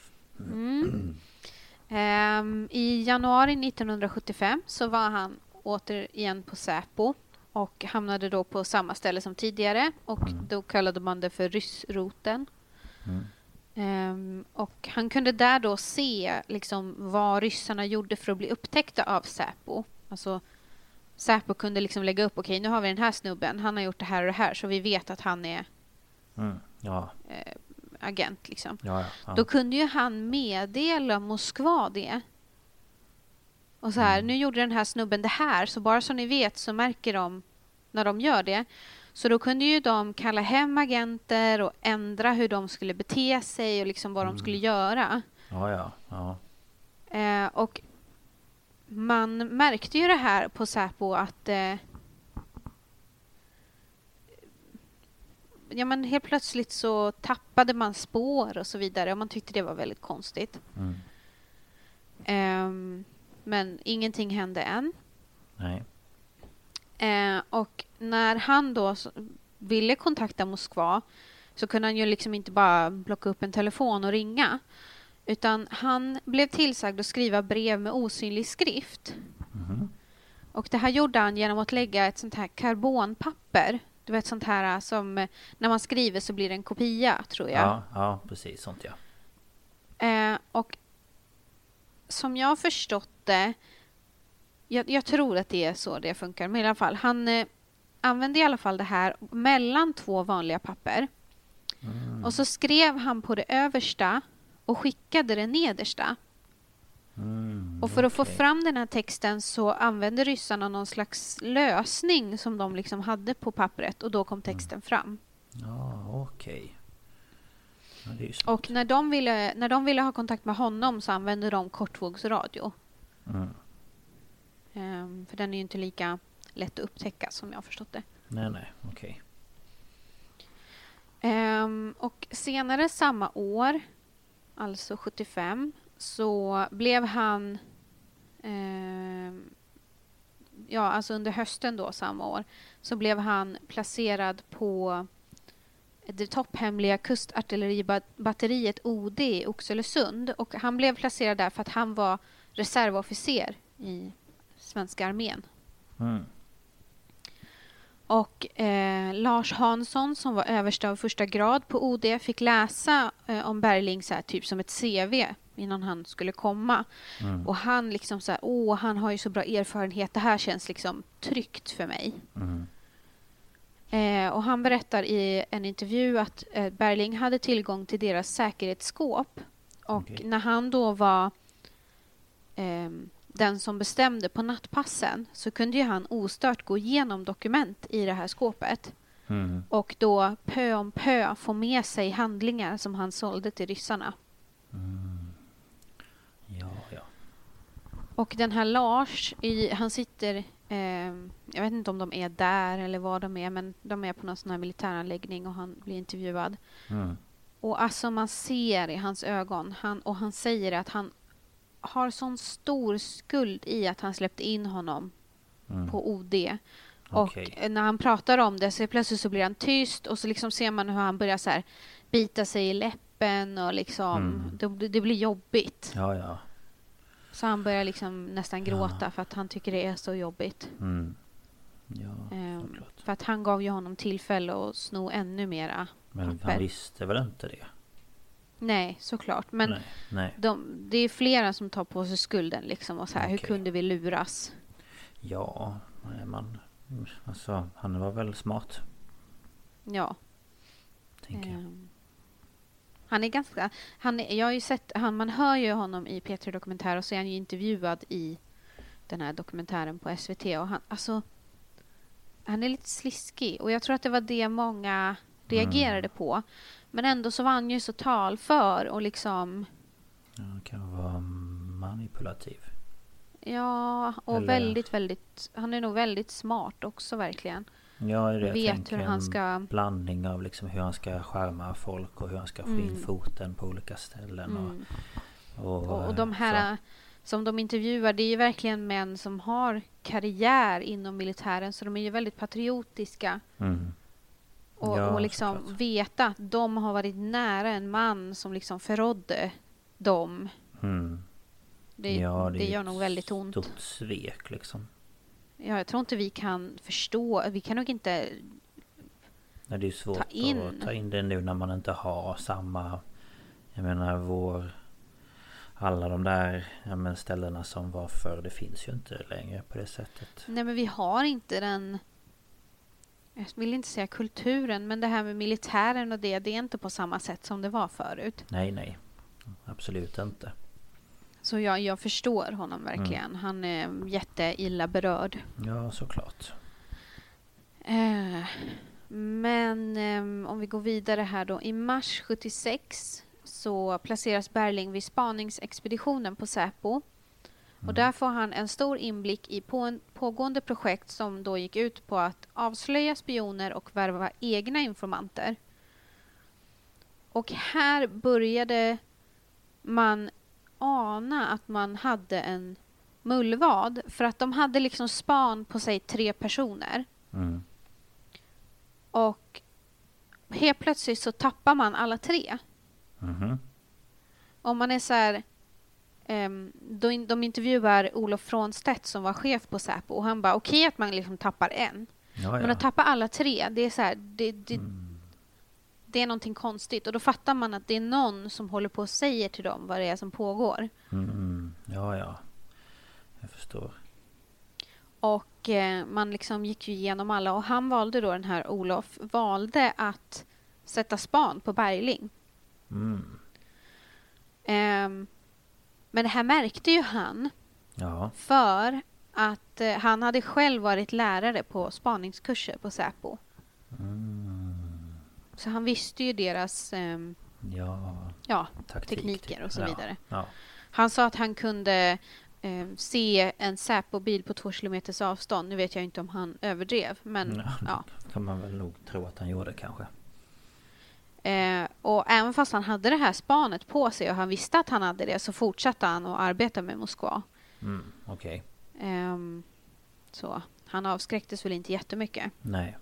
Mm. Ehm, I januari nittonhundrasjuttiofem så var han återigen på Säpo och hamnade då på samma ställe som tidigare. Och Mm. då kallade man det för ryssroten. Mm. Ehm, och han kunde där då se liksom vad ryssarna gjorde för att bli upptäckta av Säpo. Alltså Säpo kunde liksom lägga upp, okej, nu har vi den här snubben, han har gjort det här och det här, så vi vet att han är Mm. Ja, eh, agent liksom. ja, ja. ja. Då kunde ju han meddela Moskva det. Och så här, Mm. nu gjorde den här snubben det här, så bara så ni vet så märker de när de gör det. Så då kunde ju de kalla hem agenter och ändra hur de skulle bete sig och liksom vad Mm. de skulle göra. Ja, ja, ja. Eh, och man märkte ju det här på Säpo att eh, ja, men helt plötsligt så tappade man spår och så vidare och man tyckte det var väldigt konstigt. Mm. Ehm, men ingenting hände än. Nej. Eh, och när han då s- ville kontakta Moskva så kunde han ju liksom inte bara plocka upp en telefon och ringa. Utan han blev tillsagd att skriva brev med osynlig skrift. Mhm. Och det här gjorde han genom att lägga ett sånt här karbonpapper. Du vet sånt här äh, som eh, när man skriver så blir det en kopia, tror jag. Ja, ja, precis. Sånt, ja. Eh, och som jag har förstått det, jag, jag tror att det är så det funkar, men i alla fall, han eh, använde i alla fall det här mellan två vanliga papper. Mm. Och så skrev han på det översta och skickade det nedersta. Mm, Och för att få okej. fram den här texten så använde ryssarna någon slags lösning som de liksom hade på pappret och då kom texten fram. Ja, okej. Ja, det är ju smart. Och när de, ville, när de ville ha kontakt med honom så använde de kortvågsradio. Mm. Um, för den är ju inte lika lätt att upptäcka som jag har förstått det. Nej, nej, okej. Um, och senare samma år, alltså sjuttiofem, så blev han... Um, ja, alltså under hösten då samma år så blev han placerad på det topphemliga kustartilleribatteriet O D i Oxelösund. Och han blev placerad där för att han var reservofficer i svenska armén. Mm. Och eh, Lars Hansson som var överste av första grad på O D fick läsa eh, om Bergling så här, typ som ett C V innan han skulle komma. Mm. Och han liksom så här, åh, han har ju så bra erfarenhet. Det här känns liksom tryggt för mig. Mm. Eh, och han berättar i en intervju att eh, Bergling hade tillgång till deras säkerhetsskåp. Och Okej. när han då var eh, den som bestämde på nattpassen så kunde ju han ostört gå igenom dokument i det här skåpet. Mm. Och då pö om pö få med sig handlingar som han sålde till ryssarna. Mm. Ja, ja. Och den här Lars, i, han sitter, eh, jag vet inte om de är där eller vad de är, men de är på någon sån här militäranläggning och han blir intervjuad. Mm. Och alltså man ser i hans ögon, han, och han säger att han har sån stor skuld i att han släppte in honom Mm. på O D. Okej. Och när han pratar om det så plötsligt så blir han tyst och så liksom ser man hur han börjar så här bita sig i läppen och liksom Mm. det, det blir jobbigt. Ja, ja. Så han börjar liksom nästan gråta Ja. för att han tycker det är så jobbigt. Mm. Ja, Ehm, såklart. för att han gav ju honom tillfälle att sno ännu mera Men papper. han visste väl inte det? Nej, såklart. Men Nej, nej. de, det är flera som tar på sig skulden liksom och så här, hur Okej. kunde vi luras? Ja, nej, man... Alltså, han var väl smart, Ja. tänker jag. Ehm, han är ganska... Han är, jag har ju sett... Han, man hör ju honom i P tre Dokumentär och så är han ju intervjuad i den här dokumentären på S V T. Och han, alltså, han är lite sliskig. Och jag tror att det var det många reagerade Mm. på. Men ändå så var han ju så talför och liksom... Ja, han kan vara manipulativ. Ja, och Eller- väldigt, väldigt... Han är nog väldigt smart också, verkligen. Ja, det jag Vet tänker hur han en ska... blandning av liksom hur han ska skärma folk och hur han ska få in Mm. foten på olika ställen. Mm. Och, och, Och, och de här som de intervjuar, det är ju verkligen män som har karriär inom militären. Så de är ju väldigt patriotiska. Så. Mm. Och, Ja, och liksom såklart. veta att de har varit nära en man som liksom förrådde dem. Mm. Det, Ja, det, är gör ett nog väldigt ont. stort svek liksom. Ja, jag tror inte vi kan förstå. Vi kan nog inte... Ja, det är svårt Ta in. att ta in det nu när man inte har samma... Jag menar vår... Alla de där ja, men ställena som var förr, det finns ju inte längre på det sättet. Nej, men vi har inte den... Jag vill inte säga kulturen, men det här med militären och det, det är inte på samma sätt som det var förut. Nej, nej. Absolut inte. Så jag, jag förstår honom verkligen. Mm. Han är jätteilla berörd. Ja, såklart. Eh, men eh, om vi går vidare här då. I mars sjuttiosex så placeras Bergling vid spaningsexpeditionen på Säpo. Och där får han en stor inblick i på en pågående projekt som då gick ut på att avslöja spioner och värva egna informanter. Och här började man ana att man hade en mullvad. För att de hade liksom span på sig tre personer. Mm. Och helt plötsligt så tappar man alla tre. Mhm. Om man är så här... Um, de, de intervjuar Olof Frånstedt som var chef på Säpo. Och han bara, okej att man liksom tappar en. Ja, Men ja. att tappa alla tre, det är så här... Det, det, Mm. det är någonting konstigt. Och då fattar man att det är någon som håller på och säger till dem vad det är som pågår. Mm, mm. Ja, ja. Jag förstår. Och eh, man liksom gick ju igenom alla. Och han valde då, den här Olof, valde att sätta span på Bergling. Mm. Ehm, men det här märkte ju han. Ja. För att eh, han hade själv varit lärare på spaningskurser på Säpo. Mm. Så han visste ju deras eh, Ja, ja, taktik, tekniker typ. och så Ja, vidare. ja. Han sa att han kunde eh, se en Säpo-bil på två kilometers avstånd. Nu vet jag inte om han överdrev, men Ja, ja. det kan man väl nog tro att han gjorde kanske. Eh, och även fast han hade det här spanet på sig och han visste att han hade det, så fortsatte han att arbeta med Moskva. Mm, okej. Ehm, så han avskräcktes väl inte jättemycket. Nej.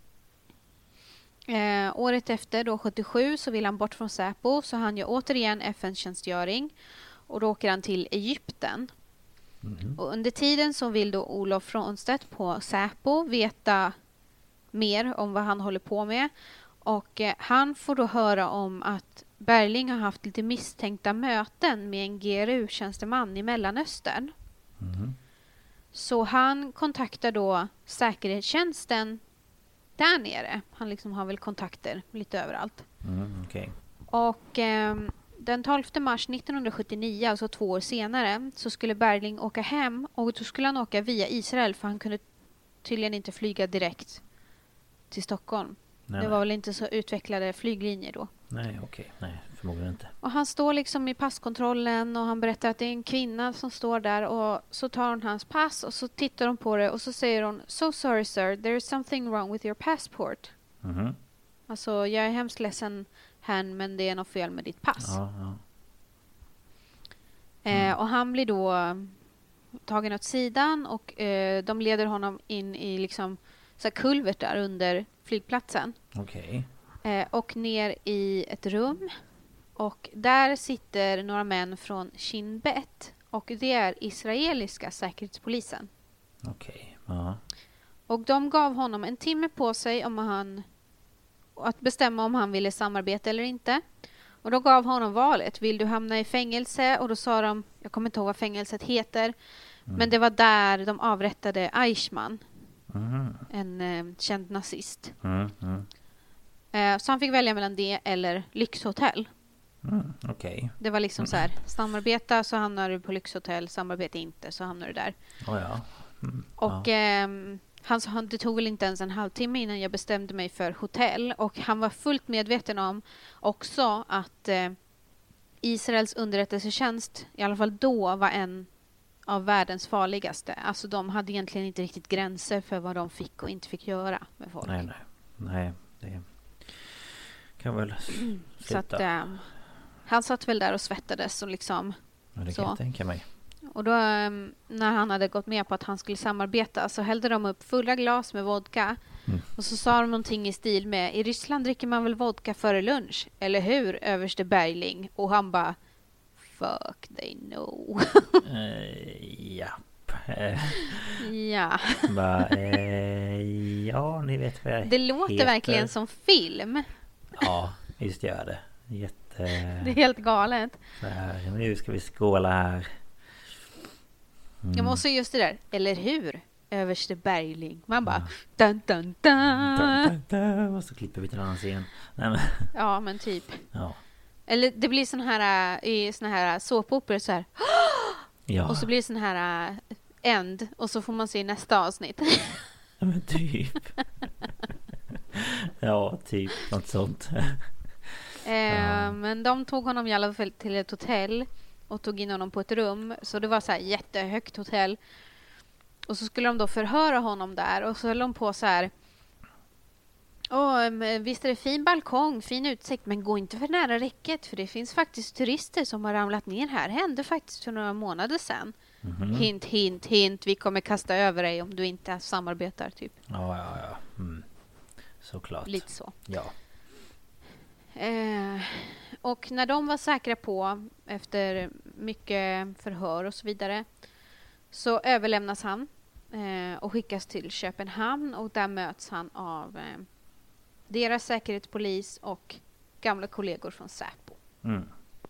Eh, året efter, då sjuttiosju, så vill han bort från Säpo, så han gör återigen F N-tjänstgöring och då åker han till Egypten. Mhm. Och under tiden så vill då Olof Frånstedt på Säpo veta mer om vad han håller på med. Och eh, han får då höra om att Bergling har haft lite misstänkta möten med en G R U-tjänsteman i Mellanöstern. Mhm. Så han kontaktar då säkerhetstjänsten där nere. Han liksom har väl kontakter lite överallt. Mm, okej. Och eh, den tolfte mars nittonhundrasjuttionio, alltså två år senare, så skulle Bergling åka hem och då skulle han åka via Israel för han kunde tydligen inte flyga direkt till Stockholm. Nej, Det nej. var väl inte så utvecklade flyglinjer då. Nej, okej. Nej, förmodligen inte. Och han står liksom i passkontrollen och han berättar att det är en kvinna som står där och så tar hon hans pass och så tittar hon på det och så säger hon "So sorry sir, there is something wrong with your passport." Mhm. Alltså, jag är hemskt ledsen här, men det är något fel med ditt pass. Ja, ja. Eh, och han blir då tagen åt sidan och eh, de leder honom in i liksom så här kulvertar under flygplatsen. Okej. Eh, och ner i ett rum. Och där sitter några män från Shin Bet. Och det är israeliska säkerhetspolisen. Okej. Ja. Och de gav honom en timme på sig om han, att bestämma om han ville samarbeta eller inte. Och då gav honom valet. Vill du hamna i fängelse? Och då sa de, jag kommer inte ihåg vad fängelset heter. Mm. Men det var där de avrättade Eichmann. Mhm. En eh, känd nazist. Mm, mm. Eh, så han fick välja mellan det eller lyxhotell. Mm, okej. Det var liksom så här, samarbeta så hamnar du på lyxhotell, samarbeta inte så hamnar du där. Oh, ja. Mm, Och ja. ehm, han sa, det tog väl inte ens en halvtimme innan jag bestämde mig för hotell. Och han var fullt medveten om också att eh, Israels underrättelsetjänst, i alla fall då, var en av världens farligaste. Alltså de hade egentligen inte riktigt gränser för vad de fick och inte fick göra med folk. Nej, nej. Nej, det kan väl Så att sluta. eh, han satt väl där och svettades och liksom. Ja, det kan så. jag tänka mig. Och då eh, när han hade gått med på att han skulle samarbeta så hällde de upp fulla glas med vodka. Mm. Och så sa de någonting i stil med, i Ryssland dricker man väl vodka före lunch? Eller hur, överste Bergling? Och han bara, fuck they know. Eh, ja. Eh, Ja, bara, eh, ja, ni vet vad jag det låter heter. verkligen som film. Ja, visst gör det. Jätte... Det är helt galet. Så här, nu ska vi skåla här. Mm. Jag måste just det där, eller hur? Överste Bergling. Man bara, dun, dun, dun. Da, da, da, och så klipper vi till en annan scen. Nej, men, Ja, men typ. ja. Eller det blir sån här, äh, i såna här såpoperor så här. Ja. Och så blir det sån här äh, end. Och så får man se nästa avsnitt. Ja, men typ. Ja, typ något sånt. Eh, Ja. Men de tog honom i alla fall till ett hotell och tog in honom på ett rum. Så det var så här jättehögt hotell. Och så skulle de då förhöra honom där. Och så höll de på så här. Åh, men visst är det fin balkong, fin utsikt. Men gå inte för nära räcket. För det finns faktiskt turister som har ramlat ner här. Hände faktiskt för några månader sedan. Mhm. Hint, hint, hint. Vi kommer kasta över dig om du inte samarbetar. Typ. Ja, ja, ja. Mm. Såklart. Lite så. Ja. Eh, och när de var säkra på, efter mycket förhör och så vidare, så överlämnas han eh, och skickas till Köpenhamn och där möts han av eh, deras säkerhetspolis och gamla kollegor från Säpo. Mm.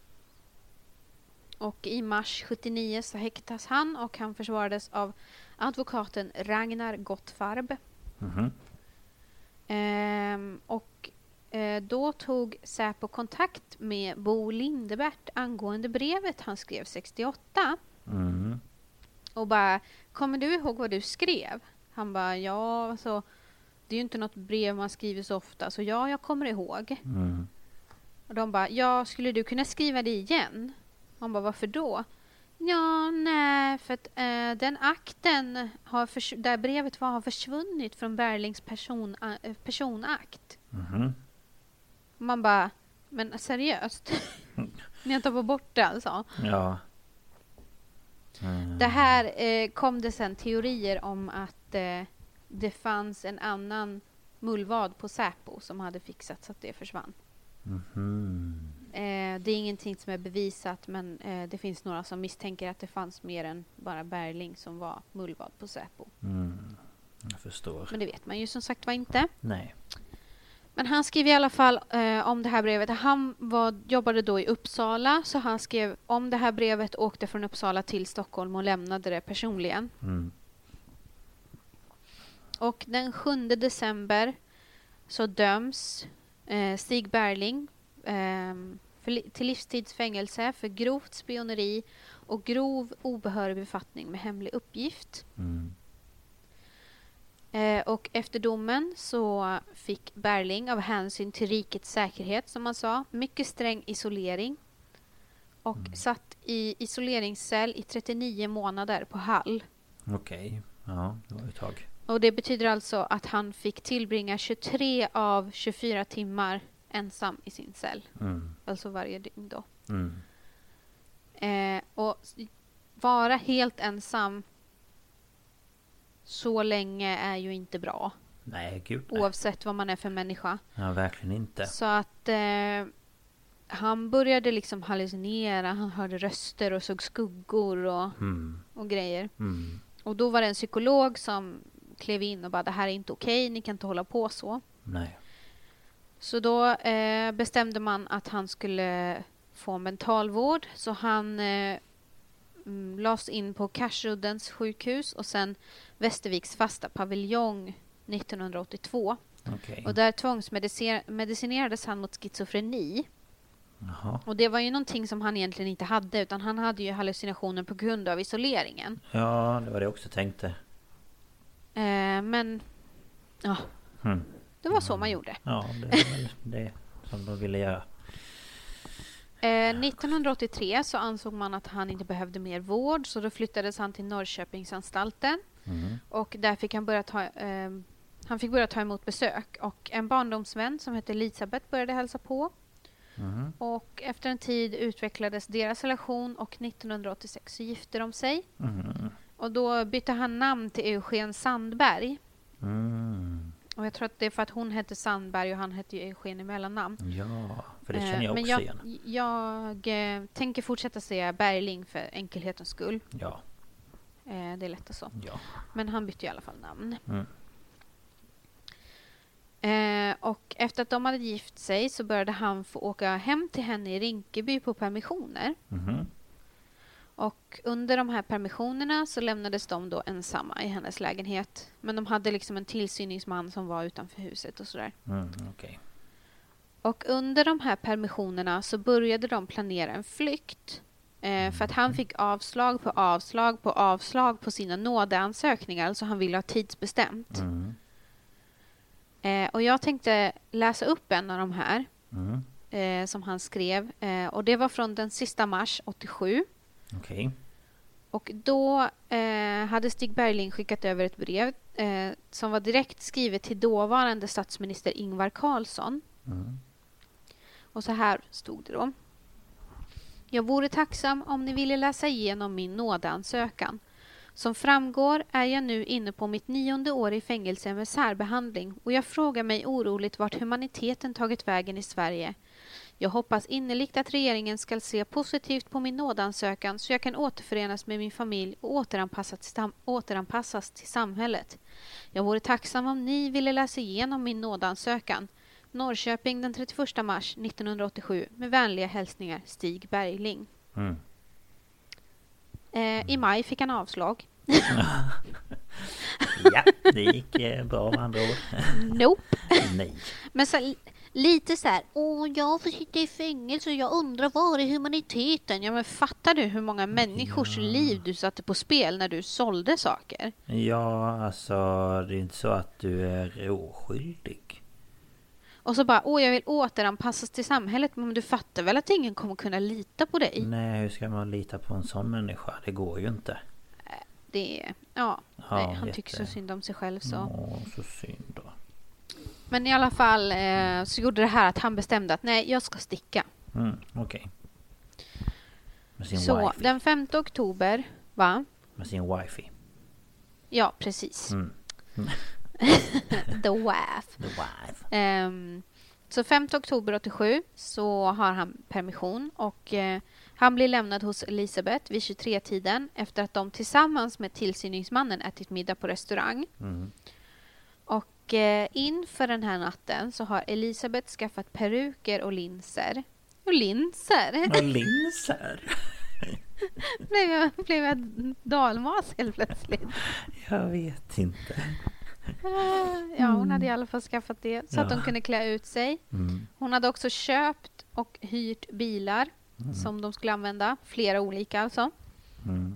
Och i mars sjuttionio så häktas han och han försvarades av advokaten Ragnar Gottfarb. Mhm. Ehm, och eh, då tog Säpo kontakt med Bo Lindebert angående brevet han skrev sextioåtta. Mm. Och bara, kommer du ihåg vad du skrev? Han bara, ja, alltså, det är ju inte något brev man skriver så ofta. Så ja, jag kommer ihåg. Mm. Och de bara, ja, skulle du kunna skriva det igen? Man bara, varför då? Ja, nej, för att eh, den akten har förs- där brevet var har försvunnit från Berlings person, äh, personakt. Mhm. Man bara, men seriöst? Ni har tagit bort det alltså? Ja. Mm. Det här eh, kom det sen teorier om att eh, det fanns en annan mullvad på Säpo som hade fixat så att det försvann. Mhm. Eh, det är ingenting som är bevisat, men eh, det finns några som misstänker att det fanns mer än bara Berling som var mullvad på Säpo. Mm. Jag förstår. Men det vet man ju som sagt var inte. Nej. Men han skrev i alla fall eh, om det här brevet. Han var, jobbade då i Uppsala, så han skrev om det här brevet, åkte från Uppsala till Stockholm och lämnade det personligen. Mm. Och den sjunde december så döms eh, Stig Berling eh, för, li- till livstidsfängelse för grovt spioneri och grov obehörig befattning med hemlig uppgift. Mm. Eh, och efter domen så fick Berling av hänsyn till rikets säkerhet, som man sa, mycket sträng isolering och Mm. satt i isoleringscell i trettionio månader på Hall. Okej. Ja, det var ett tag. Och det betyder alltså att han fick tillbringa tjugotre av tjugofyra timmar ensam i sin cell. Mm. Alltså varje dygn då. Mm. Eh, och s- vara helt ensam så länge är ju inte bra. Nej, gud nej. Oavsett vad man är för människa. Ja, verkligen inte. Så att eh, han började liksom hallucinera. Han hörde röster och såg skuggor och, Mm. och grejer. Mm. Och då var det en psykolog som klev in och bara, det här är inte okej, ni kan inte hålla på så. Nej. Så då eh, bestämde man att han skulle få mentalvård. Så han eh, mm, lades in på Karsuddens sjukhus och sen Västerviks fasta paviljong nittonhundraåttiotvå. Okej. Och där tvångsmedicinerades han mot schizofreni. Jaha. Och det var ju någonting som han egentligen inte hade, utan han hade ju hallucinationer på grund av isoleringen. Ja, det var det jag också tänkte. Eh, men ja, Mm. det var så man gjorde. Ja, det var väl det som de ville göra. Eh, nittonhundraåttiotre så ansåg man att han inte behövde mer vård, så då flyttades han till Norrköpingsanstalten. Mm. Och där fick han börja ta, eh, han fick börja ta emot besök. Och en barndomsvän som hette Elisabeth började hälsa på. Mm. Och efter en tid utvecklades deras relation och nittonhundraåttiosex så gifte de sig. Mm. Och då bytte han namn till Eugen Sandberg. Mm. Och jag tror att det är för att hon hette Sandberg och han hette ju Eugen i mellannamn. Ja, för det Eh, känner jag Men också jag, igen. jag eh, tänker fortsätta säga Berling för enkelhetens skull. Ja, Eh, det är lättast så. ja. Men han bytte i alla fall namn. Mm. Eh, och efter att de hade gift sig så började han få åka hem till henne i Rinkeby på permissioner. Mhm. Och under de här permissionerna så lämnades de då ensamma i hennes lägenhet. Men de hade liksom en tillsyningsman som var utanför huset och sådär. Mm, okej. Och under de här permissionerna så började de planera en flykt. Eh, för att han fick avslag på avslag på avslag på sina nådeansökningar. Så han ville ha tidsbestämt. Mm. Eh, och jag tänkte läsa upp en av de här. Mm. Eh, som han skrev. Eh, och det var från den sista mars åttiosju. Okej. Och då eh, hade Stig Berling skickat över ett brev eh, som var direkt skrivet till dåvarande statsminister Ingvar Carlsson. Mm. Och så här stod det då. Jag vore tacksam om ni ville läsa igenom min nådeansökan. Som framgår är jag nu inne på mitt nionde år i fängelse med särbehandling och jag frågar mig oroligt vart humaniteten tagit vägen i Sverige. Jag hoppas innerligt att regeringen ska se positivt på min nådansökan så jag kan återförenas med min familj och återanpassas till, sam- återanpassas till samhället. Jag vore tacksam om ni ville läsa igenom min nådansökan. Norrköping den trettioförsta mars nittonhundraåttiosju med vänliga hälsningar Stig Berling. Mm. Eh, I maj fick han avslag. Ja, det gick eh, bra med andra ord. Nope. Nej. Men så, lite så här, åh jag får sitta i fängelse och jag undrar var är humaniteten? Ja men fattar du hur många människors Ja. liv du satte på spel när du sålde saker? Ja, alltså det är inte så att du är oskyldig. Och så bara, åh jag vill återanpassas till samhället. Men du fattar väl att ingen kommer kunna lita på dig? Nej, hur ska man lita på en sån människa? Det går ju inte. Det är, ja, Ja, nej, han jätte- tycker så synd om sig själv så. Åh, så synd då. Men i alla fall eh, så gjorde det här att han bestämde att nej, jag ska sticka. Mm, okej. Med sin Så wifi. den femte oktober, va? Med sin wifi. Ja, precis. Mm. The wife. The wife. Ehm, så femte oktober åttiosju så har han permission och eh, han blir lämnad hos Elisabeth vid tjugotre-tiden efter att de tillsammans med tillsyningsmannen ätit middag på restaurang. Mm. Och eh, inför den här natten så har Elisabeth skaffat peruker och linser. Och linser? Och linser. blev, jag, blev jag dalmas helt plötsligt? Jag vet inte. Ja, hon hade i alla fall skaffat det så att Ja. de kunde klä ut sig. Mm. Hon hade också köpt och hyrt bilar som de skulle använda. Flera olika alltså. Mm.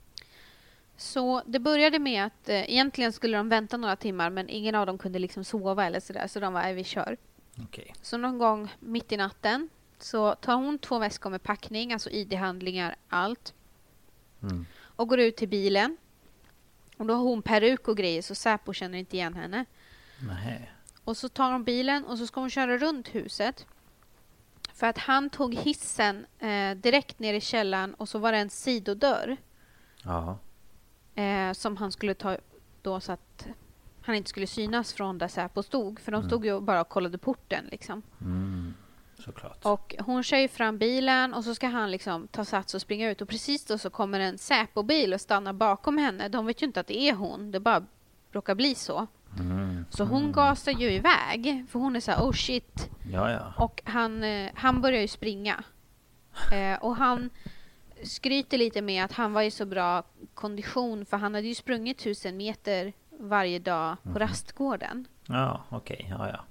Så det började med att eh, egentligen skulle de vänta några timmar men ingen av dem kunde liksom sova eller sådär. Så de var, "Nej, vi kör." Okej. Så någon gång mitt i natten så tar hon två väskor med packning, alltså I D-handlingar, allt. Mm. Och går ut till bilen. Och då har hon peruk och grejer så Säpo känner inte igen henne. Nej. Och så tar hon bilen och så ska hon köra runt huset. För att han tog hissen eh, direkt ner i källaren och så var det en sidodörr Ja. eh, som han skulle ta då så att han inte skulle synas från där Säpo stod. För de stod ju bara och kollade porten liksom. Mm. Såklart. Och hon kör ju fram bilen och så ska han liksom ta sats och springa ut. Och precis då så kommer en Säpo-bil och stannar bakom henne. De vet ju inte att det är hon. Det bara råkar bli så. Mm. Så hon gasar ju iväg. För hon är så här, oh shit. Ja, ja. Och han, eh, han börjar ju springa. Eh, och han skryter lite med att han var i så bra kondition. För han hade ju sprungit tusen meter varje dag på rastgården. Ja, okej. Ja, ja.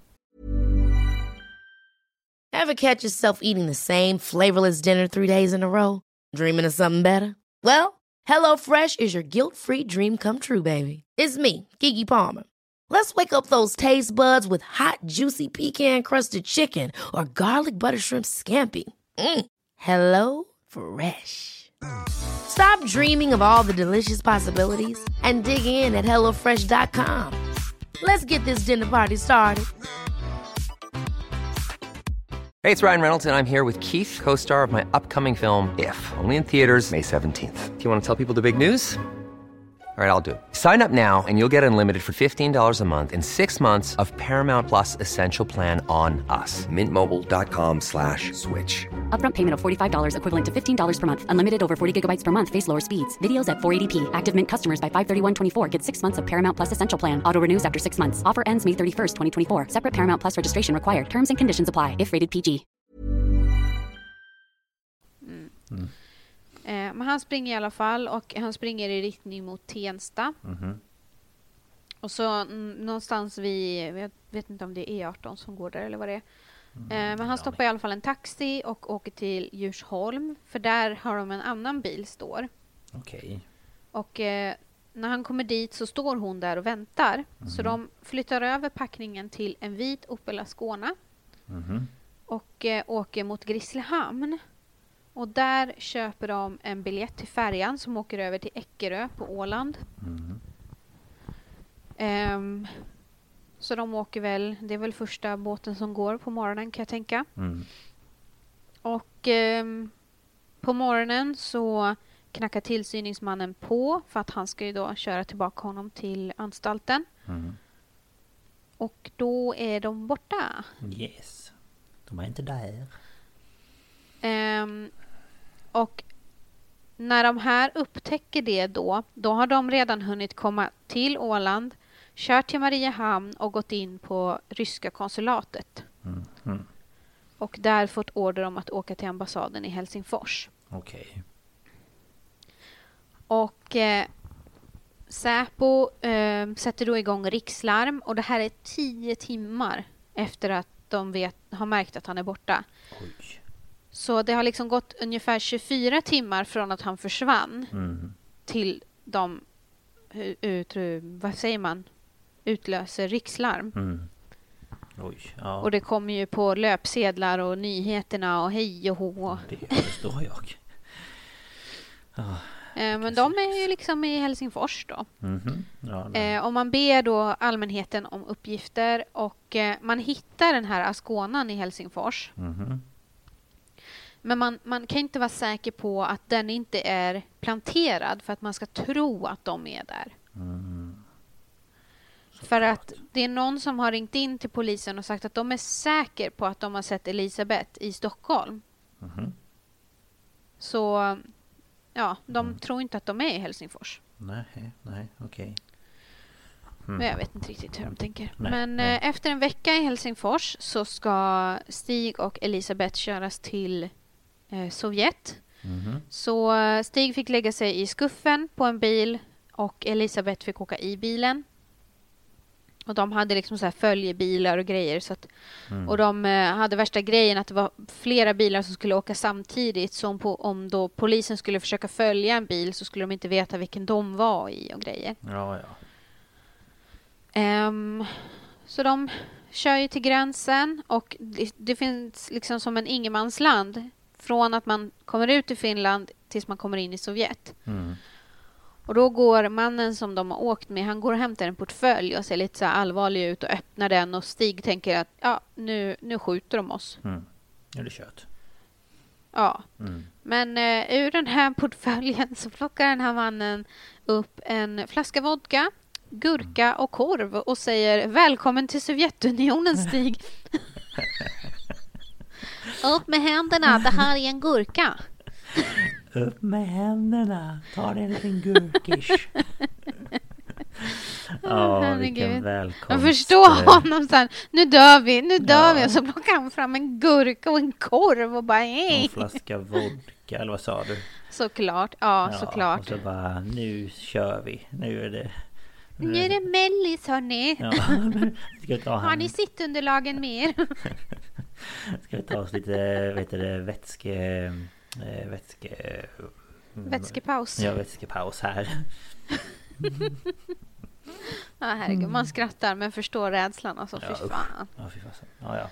Ever catch yourself eating the same flavorless dinner three days in a row? Dreaming of something better? Well, HelloFresh is your guilt-free dream come true, baby. It's me, Keke Palmer. Let's wake up those taste buds with hot, juicy pecan-crusted chicken or garlic butter shrimp scampi. Mm. Hello Fresh. Stop dreaming of all the delicious possibilities and dig in at hello fresh dot com. Let's get this dinner party started. Hey, it's Ryan Reynolds, and I'm here with Keith, co-star of my upcoming film, If, only in theaters May seventeenth. Do you want to tell people the big news? All right, I'll do it. Sign up now and you'll get unlimited for fifteen dollars a month and six months of Paramount Plus Essential Plan on us. Mint Mobile dot com slash switch. Upfront payment of forty-five dollars equivalent to fifteen dollars per month. Unlimited over forty gigabytes per month. Face lower speeds. Videos at four eighty p. Active Mint customers by five thirty-one twenty-four get six months of Paramount Plus Essential Plan. Auto renews after six months. Offer ends May thirty-first, twenty twenty-four. Separate Paramount Plus registration required. Terms and conditions apply if rated P G. Mm. Mm. Eh, men han springer i alla fall och han springer i riktning mot Tensta. Mm-hmm. Och så mm, någonstans vid, jag vet inte om det är E arton som går där eller vad det är. Mm, Eh, men han stoppar i alla fall en taxi och åker till Djursholm. För där har de en annan bil står. Okej. Och eh, när han kommer dit så står hon där och väntar. Mm. Så de flyttar över packningen till en vit Opel Ascona. Mm-hmm. Och eh, åker mot Grisslehamn. Och där köper de en biljett till färjan som åker över till Eckerö på Åland. Mm. Um, så de åker väl, det är väl första båten som går på morgonen kan jag tänka. Mm. Och um, på morgonen så knackar tillsyningsmannen på för att han ska ju då köra tillbaka honom till anstalten. Mm. Och då är de borta. Yes. De är inte där. Um, och när de här upptäcker det då, då har de redan hunnit komma till Åland, kört till Mariehamn och gått in på ryska konsulatet. Mm. Mm. Och där fått order om att åka till ambassaden i Helsingfors. Okej. Och eh, Säpo eh, sätter då igång rikslarm och det här är tio timmar efter att de vet, har märkt att han är borta. Oj. Så det har liksom gått ungefär tjugofyra timmar från att han försvann Mm. till de ut, vad säger man, utlöser rikslarm. Mm. Oj, ja. Och det kommer ju på löpsedlar och nyheterna och hej och hå. Det förstår jag. Oh, eh, men de är ju liksom i Helsingfors då. Mm-hmm. Ja, eh, och man ber då allmänheten om uppgifter och eh, man hittar den här askonan i Helsingfors. Mm-hmm. Men man, man kan inte vara säker på att den inte är planterad för att man ska tro att de är där. Mm. För att det är någon som har ringt in till polisen och sagt att de är säker på att de har sett Elisabeth i Stockholm. Mm-hmm. Så ja, de Mm. tror inte att de är i Helsingfors. Nej, nej, okej. Okay. Mm. Men jag vet inte riktigt hur de tänker. Nej, Men nej. Eh, efter en vecka i Helsingfors så ska Stig och Elisabeth köras till eh, Sovjet. Mm-hmm. Så eh, Stig fick lägga sig i skuffen på en bil och Elisabeth fick åka i bilen. Och de hade liksom så här följebilar och grejer. Så att, Mm. och de eh, hade värsta grejen att det var flera bilar som skulle åka samtidigt. Så om, på, om då polisen skulle försöka följa en bil så skulle de inte veta vilken de var i och grejer. Ja, ja. Um, så de kör ju till gränsen och det, det finns liksom som en ingenmansland från att man kommer ut i Finland tills man kommer in i Sovjet. Mm. Och då går mannen som de har åkt med, han går och hämtar en portfölj och ser lite så här allvarlig ut och öppnar den och Stig tänker att ja, nu, nu skjuter de oss. Mm. Ja, det är kört. Ja. Mm. Men eh, ur den här portföljen så plockar den här mannen upp en flaska vodka, gurka och korv och säger välkommen till Sovjetunionen, Stig. Upp med händerna, det här är en gurka. Upp med händerna, ta det en liten gurkish. Ja, Herregud. vilken välkomst. Jag förstår honom så här, nu dör vi, nu dör Ja. vi. Och så plockar han fram en gurka och en korv och bara En hej. flaska vodka, eller vad sa du? Såklart, ja, Ja, såklart. och så bara, nu kör vi. Nu är det... Nu är det mellis, hörni. Ja, ska vi ta Har han, ni sittunderlagen med er? ska vi ta oss lite, vet du det, vätske... eh, Vätske... Vätskepaus. Ja, vätskepaus här. Ja, herregud, man skrattar men förstår rädslan. Alltså, fy Ja, usch. fan. Ja, fy fasen. Ja, ja.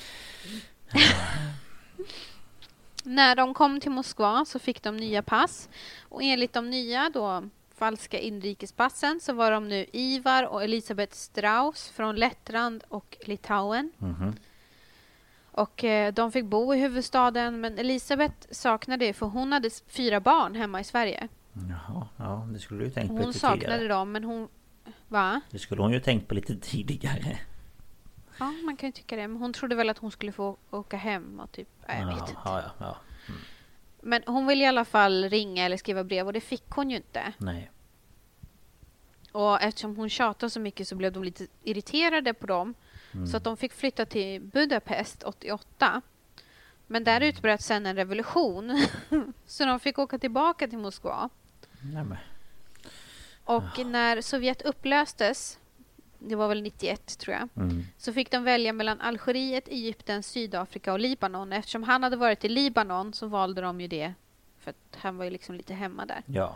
När de kom till Moskva så fick de nya pass. Och enligt de nya då falska inrikespassen så var de nu Ivar och Elisabeth Strauss från Lettland och Litauen. Mhm. Och eh, de fick bo i huvudstaden, men Elisabeth saknade det för hon hade s- fyra barn hemma i Sverige. Jaha, ja, det skulle du ju tänkt på Hon lite saknade tidigare. dem, men hon... Va? Det skulle hon ju tänkt på lite tidigare. Ja, man kan ju tycka det. Men hon trodde väl att hon skulle få åka hem och typ... Nej, jag vet Ja, inte. ja, ja. Men hon ville i alla fall ringa eller skriva brev och det fick hon ju inte. Nej. Och eftersom hon tjatade så mycket så blev de lite irriterade på dem. Mm. Så att de fick flytta till Budapest åttioåtta. Men där utbröt sen en revolution. Så de fick åka tillbaka till Moskva. Nej, men. Och när Sovjet upplöstes, det var väl nittioett tror jag, Mm. så fick de välja mellan Algeriet, Egypten, Sydafrika och Libanon. Eftersom han hade varit i Libanon så valde de ju det. För att han var ju liksom lite hemma där. Ja.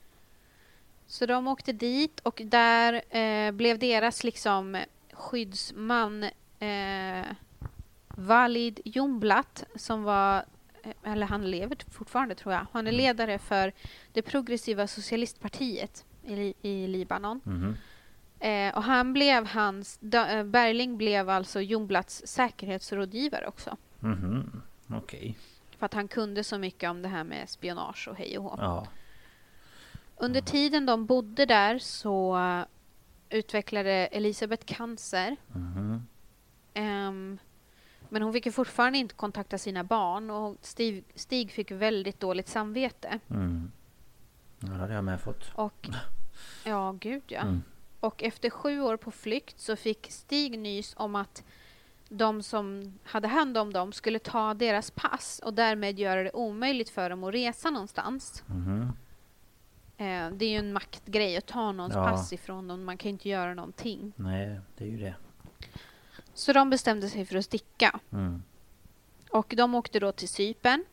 Så de åkte dit och där eh, blev deras liksom skyddsman eh, Walid Jumblat som var, eh, eller han lever fortfarande tror jag. Han är ledare för det progressiva socialistpartiet i, Li- i Libanon. Mhm. Eh, och han blev hans, da, eh, Berling blev alltså Jumblats säkerhetsrådgivare också. Mhm. Okej. För att han kunde så mycket om det här med spionage och hej och hå. Ja. Under tiden de bodde där så uh, utvecklade Elisabeth cancer. Mhm. Ehm, men hon fick ju fortfarande inte kontakta sina barn och Stig, Stig fick väldigt dåligt samvete. Mm. Ja, det hade jag med fått. Och ja, gud ja. Mm. Och efter sju år på flykt så fick Stig nys om att de som hade hand om dem skulle ta deras pass och därmed göra det omöjligt för dem att resa någonstans. Mhm. Eh, det är ju en maktgrej att ta någons Ja. pass ifrån dem. Man kan ju inte göra någonting. Nej, det är ju det. Så de bestämde sig för att sticka. Mm. Och de åkte då till Cypern.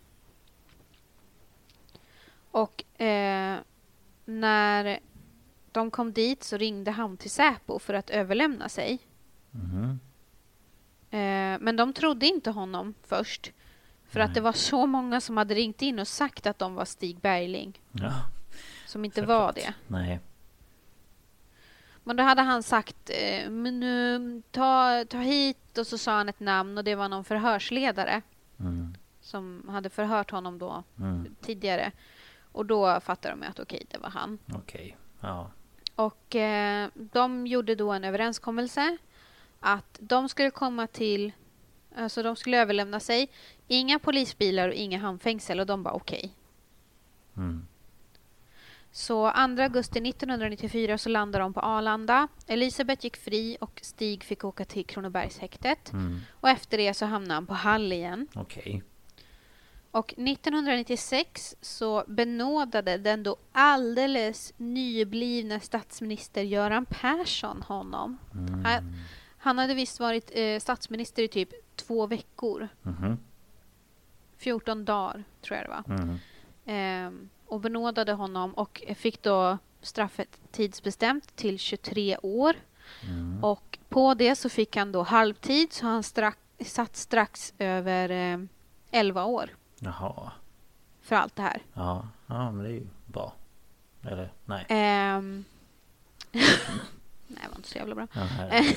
Och eh, när de kom dit så ringde han till Säpo för att överlämna sig. Mhm. Eh, men de trodde inte honom först. För Nej. att det var så många som hade ringt in och sagt att de var Stig Bergling. Ja. Som inte Såklart. var det. Nej. Men då hade han sagt eh, men, uh, ta, ta hit, och så sa han ett namn, och det var någon förhörsledare Mm. som hade förhört honom då Mm. tidigare. Och då fattade de att okej, det var han. Okej, ja. Och eh, de gjorde då en överenskommelse att de skulle komma till, alltså de skulle överlämna sig. Inga polisbilar och inga handfängsel, och de bara okej. Mm. Så andra augusti nittonhundranittiofyra så landade de på Arlanda. Elisabeth gick fri och Stig fick åka till Kronobergshäktet. Mm. Och efter det så hamnade han på Hall igen. Okej. Och nittonhundranittiosex så benådade den då alldeles nyblivna statsminister Göran Persson honom. Mm. Han, han hade visst varit eh, statsminister i typ två veckor. Mhm. fjorton dagar tror jag det var. Mm. Ehm, och benådade honom och fick då straffet tidsbestämt till tjugotre år. Mm. Och på det så fick han då halvtid, så han strax, satt strax över eh, elva år Jaha. för allt det här. Ja. Ja, men det är ju bra. Eller, nej. Ehm, nej, det var inte så jävla bra. Ja, herregud.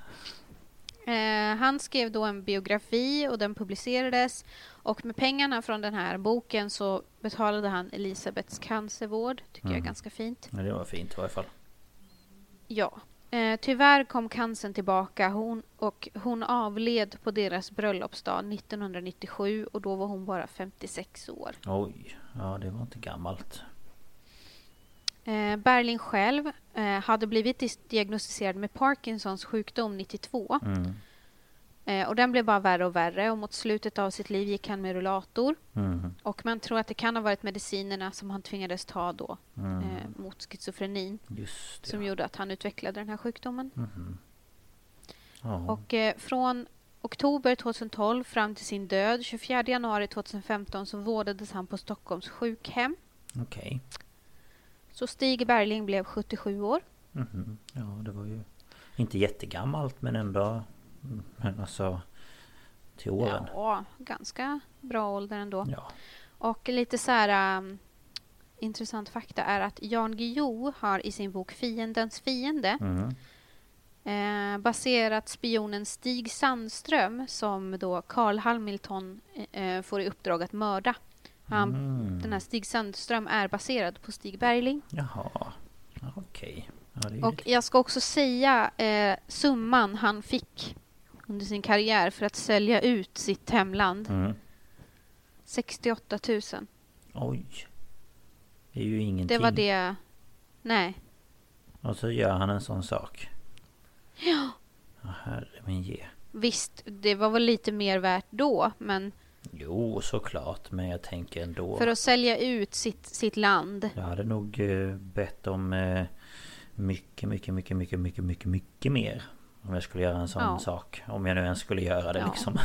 Eh, han skrev då en biografi och den publicerades. Och med pengarna från den här boken så betalade han Elisabeths cancervård. Tycker jag Mm. är ganska fint. Men det var fint i varje fall. Ja. Eh, tyvärr kom cancern tillbaka hon, och hon avled på deras bröllopsdag nittonhundranittiosju, och då var hon bara femtiosex år. Oj. Ja, det var inte gammalt. Eh, Bergling själv eh, hade blivit dis- diagnostiserad med Parkinsons sjukdom nittiotvå. Mm. Eh, och den blev bara värre och värre, och mot slutet av sitt liv gick han med rullator. Mm. Och man tror att det kan ha varit medicinerna som han tvingades ta då Mm. eh, mot schizofrenin Just det. som gjorde att han utvecklade den här sjukdomen. Mhm. Ja. Och eh, från oktober tjugohundratolv fram till sin död tjugofjärde januari tjugohundrafemton så vårdades han på Stockholms sjukhem. Okej. Så Stig Bergling blev sjuttiosju år. Mhm. Ja, det var ju inte jättegammalt, men ändå, men alltså till åren. Ja, ganska bra ålder ändå. Ja. Och lite så här um, intressant fakta är att Jan Guillou har i sin bok Fiendens fiende Mm. eh, baserat spionen Stig Sandström som då Carl Hamilton eh, får i uppdrag att mörda. Han, Mm. Den här Stig Sandström är baserad på Stig Bergling. Jaha. Ja, okej. Ja, det är ju Och lite- jag ska också säga eh, summan han fick under sin karriär för att sälja ut sitt hemland. Mm. sextioåtta tusen. Oj. Det är ju ingenting. Det var det. Nej. Och så gör han en sån sak. Ja. Ja, herre min ge. Visst, det var väl lite mer värt då, men Jo, såklart. Men jag tänker ändå. för att sälja ut sitt, sitt land. Jag hade nog eh, bett om eh, mycket, mycket, mycket, mycket, mycket, mycket, mycket mer. Om jag skulle göra en sån Ja. sak. Om jag nu ens skulle göra det Ja. liksom.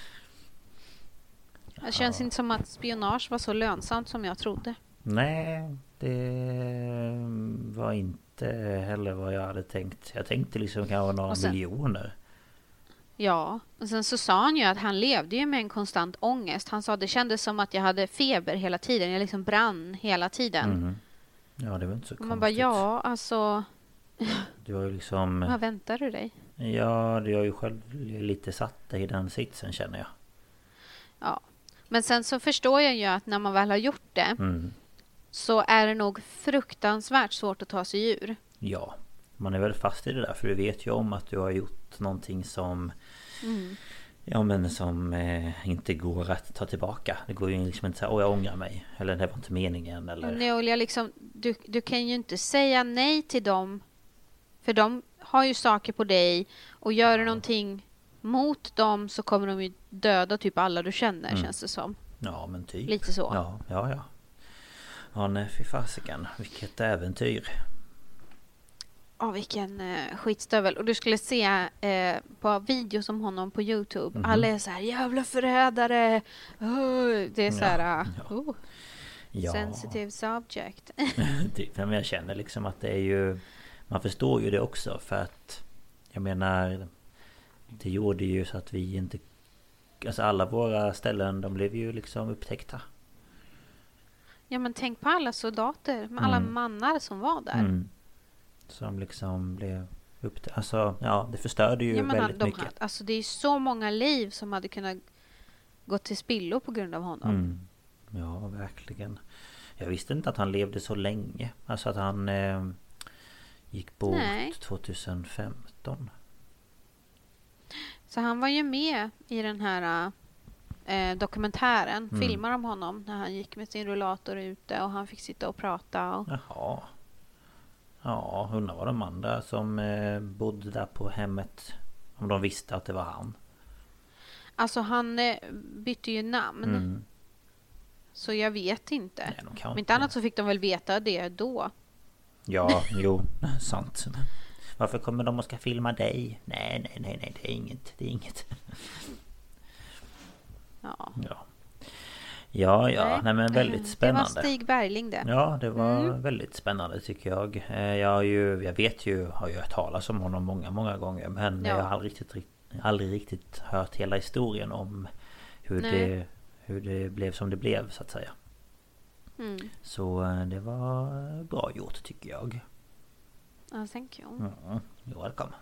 Det känns inte som att spionage var så lönsamt som jag trodde. Nej, det var inte heller vad jag hade tänkt. Jag tänkte liksom kanske några Och sen- miljoner. Ja, och sen så sa han ju att han levde ju med en konstant ångest. Han sa att det kändes som att jag hade feber hela tiden. Jag liksom brann hela tiden. Mm. Ja, det var inte så Och konstigt. man bara, ja, alltså, Du har ju liksom... vad väntar du dig? Ja, du har ju själv lite satt dig i den sitsen, känner jag. Ja. Men sen så förstår jag ju att när man väl har gjort det Mm. så är det nog fruktansvärt svårt att ta sig ur. Ja, man är väl fast i det där. För du vet ju om att du har gjort någonting som... Mm. Ja, men som eh, inte går att ta tillbaka. Det går ju liksom inte så här, åh jag ångrar mig. Eller det var inte meningen. Eller... Nej, och jag liksom, du, du kan ju inte säga nej till dem. För de har ju saker på dig. Och gör du någonting mot dem så kommer de ju döda typ alla du känner, Mm. känns det som. Ja, men typ. Lite så. Ja, ja, ja. Ja, nej, fy fasiken. Vilket äventyr. Ja, vilken eh, skitstövel. Och du skulle se eh, på videos om honom på YouTube. Mhm. Alla är så här, jävla förrädare. Oh, det är så här, Ja, ah, ja. oh, Ja. sensitive subject. Typ, men jag känner liksom att det är ju... Man förstår ju det också för att... Jag menar... det gjorde ju så att vi inte... Alltså alla våra ställen, de blev ju liksom upptäckta. Ja, men tänk på alla soldater, med alla Mm. mannar som var där. Mm. Som liksom blev upptäckta. Alltså, ja, det förstörde ju Ja, men väldigt de, mycket. hade- alltså det är så många liv som hade kunnat gå till spillo på grund av honom. Mm. Ja, verkligen. Jag visste inte att han levde så länge. Alltså att han eh, gick bort Nej. tjugohundrafemton. Så han var ju med i den här eh, dokumentären. Mm. Filmar om honom när han gick med sin rullator ute och han fick sitta och prata. Och... Jaha. Ja, undrar vad de andra som eh, bodde där på hemmet, om de visste att det var han. Alltså han eh, bytte ju namn. Mm. Så jag vet inte. Nej, de kan Om inte annat så fick de väl veta det då. Ja, jo, sant. Varför kommer de och ska filma dig? Nej, nej, nej, nej, det är inget. Det är inget. Ja. Ja, ja, ja. Nej, men väldigt spännande. Det var Stig Bergling det. Ja, det var Mm. väldigt spännande tycker jag. Eh, Jag har ju, jag vet ju, har ju hört talas om honom många, många gånger. Men Ja. jag har aldrig riktigt, aldrig riktigt hört hela historien om hur Nej. det, hur det blev som det blev, så att säga. Mm. Så eh, det var bra gjort tycker jag. Ja, thank you. Mm, you're welcome.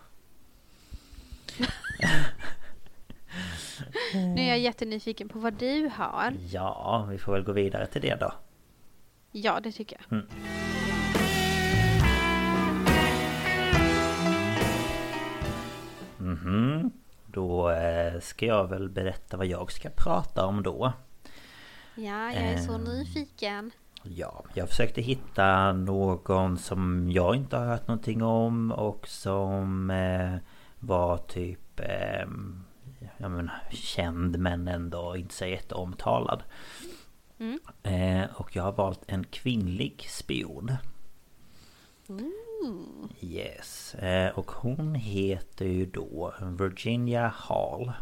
Nu är jag jättenyfiken på vad du har. Ja, vi får väl gå vidare till det då. Ja, det tycker jag. Mm. Mhm. Då eh, ska jag väl berätta vad jag ska prata om då. Ja, jag är så Ehm. nyfiken. Ja, jag försökte hitta någon som jag inte har hört någonting om och som eh, var typ eh, jag menar, känd men ändå inte så jätteomtalad. Mm. Eh, och jag har valt en kvinnlig spion. Mm. Yes, eh, och hon heter ju då Virginia Hall.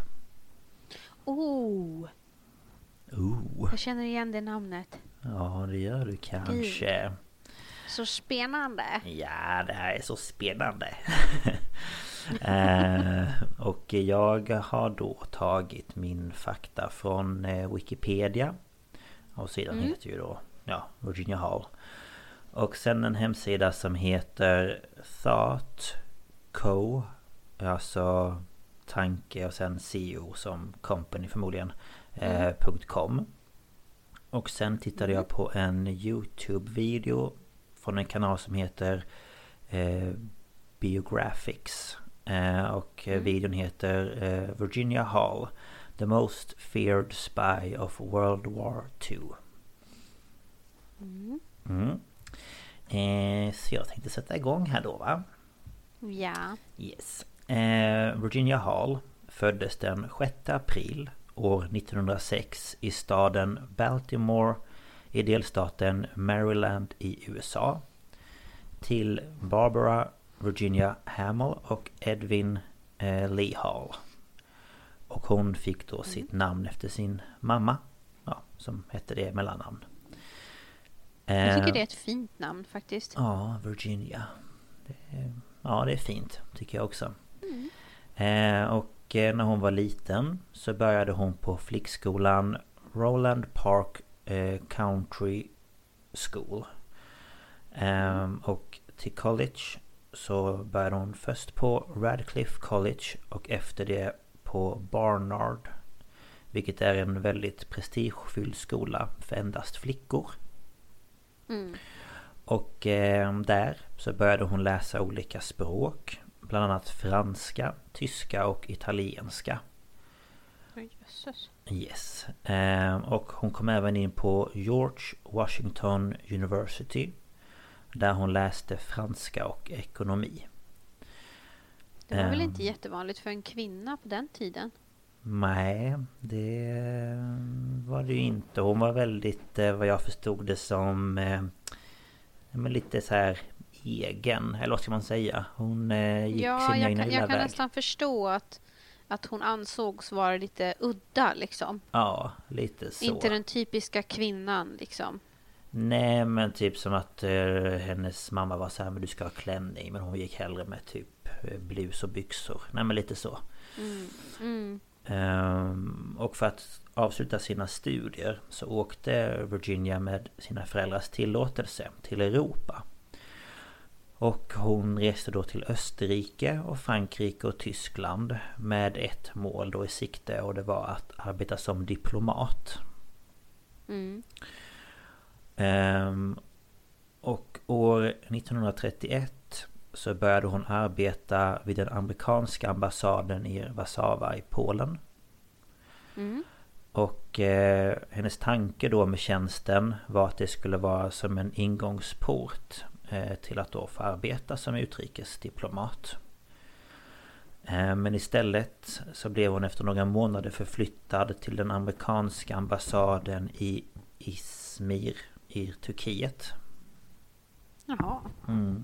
Oh, Oh, jag känner igen det namnet. ja det gör du kanske. Så spännande. Ja, det här är så spännande. eh, och jag har då tagit min fakta från eh, Wikipedia. Och sidan Mm. heter ju då ja, Virginia Hall. Och sen en hemsida som heter Thought Co. Alltså tanke och sen C O som company förmodligen. Mm. Eh, .com. Och sen tittade jag på en YouTube-video från en kanal som heter eh, Biographics. Eh, och mm. videon heter eh, Virginia Hall, The Most Feared Spy of World War Two. Mm. Mm. Eh, så jag tänkte sätta igång här då va? Ja. Yes. Eh, Virginia Hall föddes den sjätte april år nittonhundrasex i staden Baltimore i delstaten Maryland i U S A till Barbara Virginia Hamill och Edwin eh, Lee Hall. Och hon fick då sitt namn efter sin mamma, ja, som hette det mellannamn. Jag tycker Eh, det är ett fint namn faktiskt. Ja, Virginia. Det är, ja, det är fint tycker jag också. Mm. Eh, och eh, när hon var liten så började hon på flickskolan Roland Park eh, Country School. Eh, och till college så började hon först på Radcliffe College och efter det på Barnard. Vilket är en väldigt prestigefylld skola för endast flickor. Mm. Och eh, där så började hon läsa olika språk. Bland annat franska, tyska och italienska. Oh, jösses. Yes. Eh, och hon kom även in på George Washington University. Där hon läste franska och ekonomi. Det var väl Ehm. inte jättevanligt för en kvinna på den tiden? Nej, det var det ju inte. Hon var väldigt, eh, vad jag förstod det som, eh, men lite så här egen, eller vad ska man säga? Hon eh, gick Ja, sin jag egna kan, lilla jag kan väg. nästan förstå att, att hon ansågs vara lite udda liksom. Ja, lite så. Inte den typiska kvinnan liksom. Nej, men typ som att eh, hennes mamma var så här, men du ska ha klänning. Men hon gick hellre med typ eh, blus och byxor. Nej, men lite så. Mm. Mm. Um, och för att avsluta sina studier så åkte Virginia med sina föräldrars tillåtelse till Europa. Och hon reste då till Österrike och Frankrike och Tyskland med ett mål då i sikte, och det var att arbeta som diplomat. Mm. Um, och år nittonhundratrettioett så började hon arbeta vid den amerikanska ambassaden i Warszawa i Polen. Mm. Och eh, hennes tanke då med tjänsten var att det skulle vara som en ingångsport eh, till att då få arbeta som utrikesdiplomat. Eh, men istället så blev hon efter några månader förflyttad till den amerikanska ambassaden i Izmir i Turkiet. Jaha. Mm.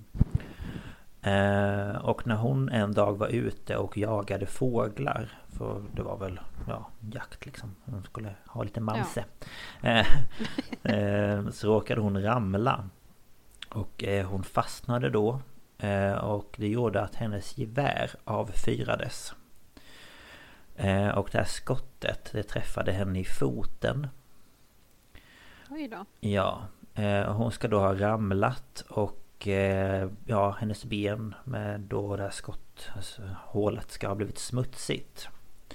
Eh, och när hon en dag var ute och jagade fåglar, för det var väl ja, jakt liksom, hon skulle ha lite manse, ja. eh, eh, så råkade hon ramla. Och eh, hon fastnade då, eh, och det gjorde att hennes gevär avfyrades. Eh, och det här skottet, det träffade henne i foten. Oj då. Ja, eh, hon ska då ha ramlat och ja, hennes ben med då det här skott, alltså, hålet ska ha blivit smutsigt.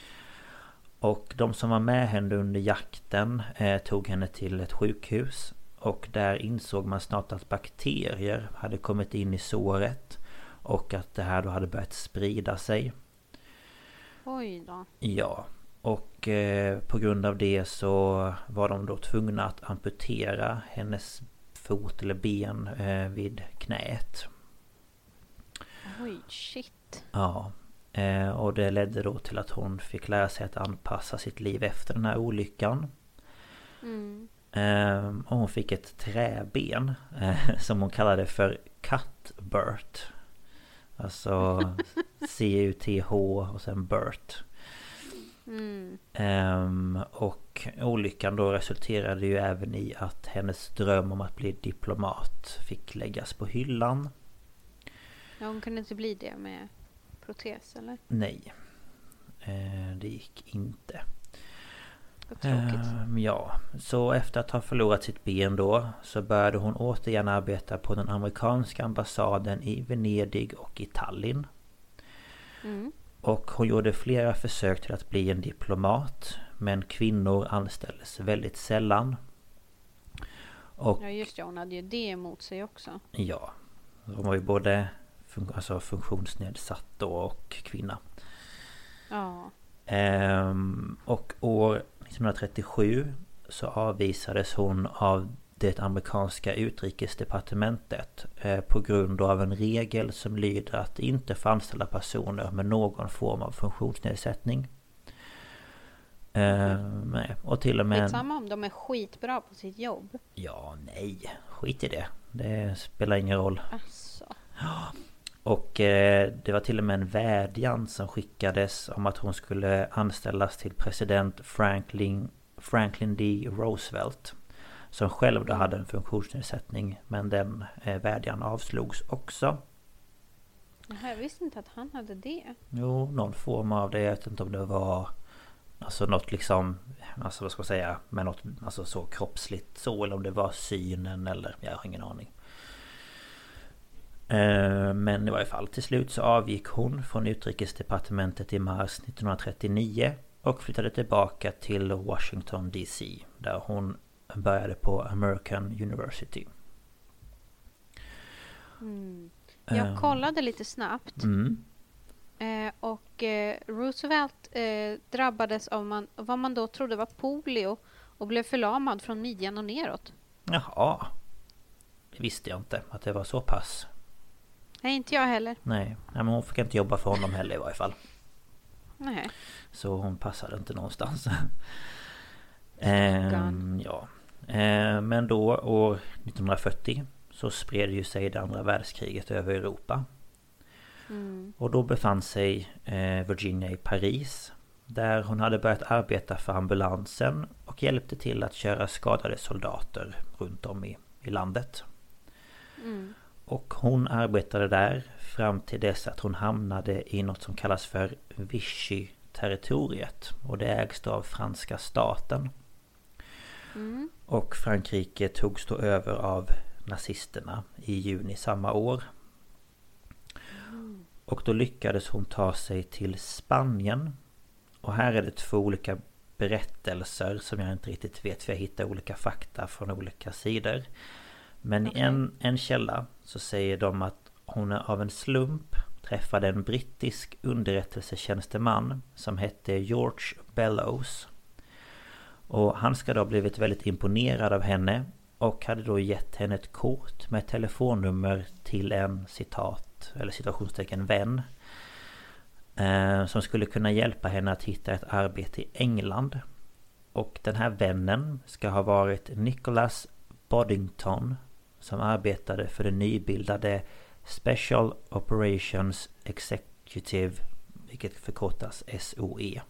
Och de som var med henne under jakten eh, tog henne till ett sjukhus. Och där insåg man snart att bakterier hade kommit in i såret. Och att det här då hade börjat sprida sig. Oj då. Ja, och eh, på grund av det så var de då tvungna att amputera hennes fot eller ben eh, vid knät. Oj, shit. Ja, eh, och det ledde då till att hon fick lära sig att anpassa sitt liv efter den här olyckan. Mm. Eh, och hon fick ett träben eh, som hon kallade för Cuthbert. Alltså C U T H och sen Bert. Mm. Um, och olyckan då resulterade ju även i att hennes dröm om att bli diplomat fick läggas på hyllan. Ja, hon kunde inte bli det med protes, eller? Nej, uh, det gick inte. Vad tråkigt. Um, ja, så efter att ha förlorat sitt ben då så började hon återigen arbeta på den amerikanska ambassaden i Venedig och i Tallinn. Mm. Och hon gjorde flera försök till att bli en diplomat, men kvinnor anställdes väldigt sällan. Och, ja just det, hon hade ju det emot sig också. Ja, hon var ju både fun- alltså funktionsnedsatt då och kvinna. Ja. Ehm, och år nittonhundratrettiosju så avvisades hon av det amerikanska utrikesdepartementet eh, på grund av en regel som lyder att inte få anställa personer med någon form av funktionsnedsättning. Eh, nej. Och till och med... Det är samma om de är skitbra på sitt jobb. Ja, nej. Skit i det. Det spelar ingen roll. Asså. Och eh, det var till och med en vädjan som skickades om att hon skulle anställas till president Franklin, Franklin D. Roosevelt. Som själv då hade en funktionsnedsättning. Men den eh, vädjan avslogs också. Jag visste inte att han hade det. Jo, någon form av det. Jag vet inte om det var... Alltså något liksom... Alltså vad ska jag säga? Men något alltså så kroppsligt så. Eller om det var synen eller... Jag har ingen aning. Eh, men i varje fall till slut så avgick hon från utrikesdepartementet i mars nittonhundratrettionio. Och flyttade tillbaka till Washington D C. Där hon började på American University. Mm. Jag kollade lite snabbt. Mm. Eh, och eh, Roosevelt eh, drabbades av man, vad man då trodde var polio. Och blev förlamad från midjan och neråt. Jaha. Det visste jag inte att det var så pass. Nej, inte jag heller. Nej, Nej men hon fick inte jobba för honom heller i varje fall. Nej. Så hon passade inte någonstans. ehm, ja. ehm, Men då år nittonhundrafyrtio så spred ju sig det andra världskriget över Europa. Mm. Och då befann sig eh, Virginia i Paris. Där hon hade börjat arbeta för ambulansen och hjälpte till att köra skadade soldater runt om i, i landet. Mm. Och hon arbetade där fram till dess att hon hamnade i något som kallas för Vichy-territoriet. Och det ägs då av franska staten. Mm. Och Frankrike togs då över av nazisterna i juni samma år. Mm. Och då lyckades hon ta sig till Spanien. Och här är det två olika berättelser som jag inte riktigt vet, för jag hittar olika fakta från olika sidor. Men okay. i en, en källa så säger de att hon av en slump träffade en brittisk underrättelsetjänsteman som hette George Bellows. Och han ska då ha blivit väldigt imponerad av henne och hade då gett henne ett kort med telefonnummer till en citat eller situationstecken vän eh, som skulle kunna hjälpa henne att hitta ett arbete i England. Och den här vännen ska ha varit Nicholas Boddington som arbetade för det nybildade Special Operations Executive, vilket förkortas S O E.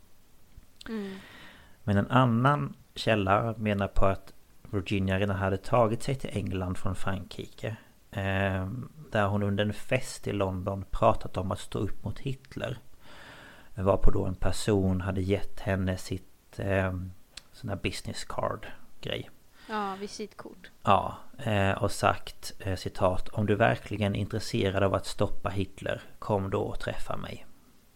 Mm. Men en annan källa menar på att Virginia redan hade tagit sig till England från Frankrike. Eh, där hon under en fest i London pratat om att stå upp mot Hitler. Det var på då en person hade gett henne sitt eh, sån här business card grej. Ja, visitkort. Ja, eh, och sagt eh, citat: om du verkligen är intresserad av att stoppa Hitler, kom då och träffa mig.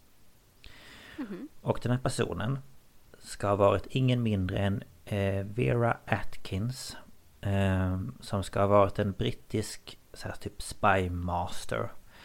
Mm-hmm. Och den här personen ska ha varit ingen mindre än eh, Vera Atkins, eh, som ska ha varit en brittisk så här, typ spy master,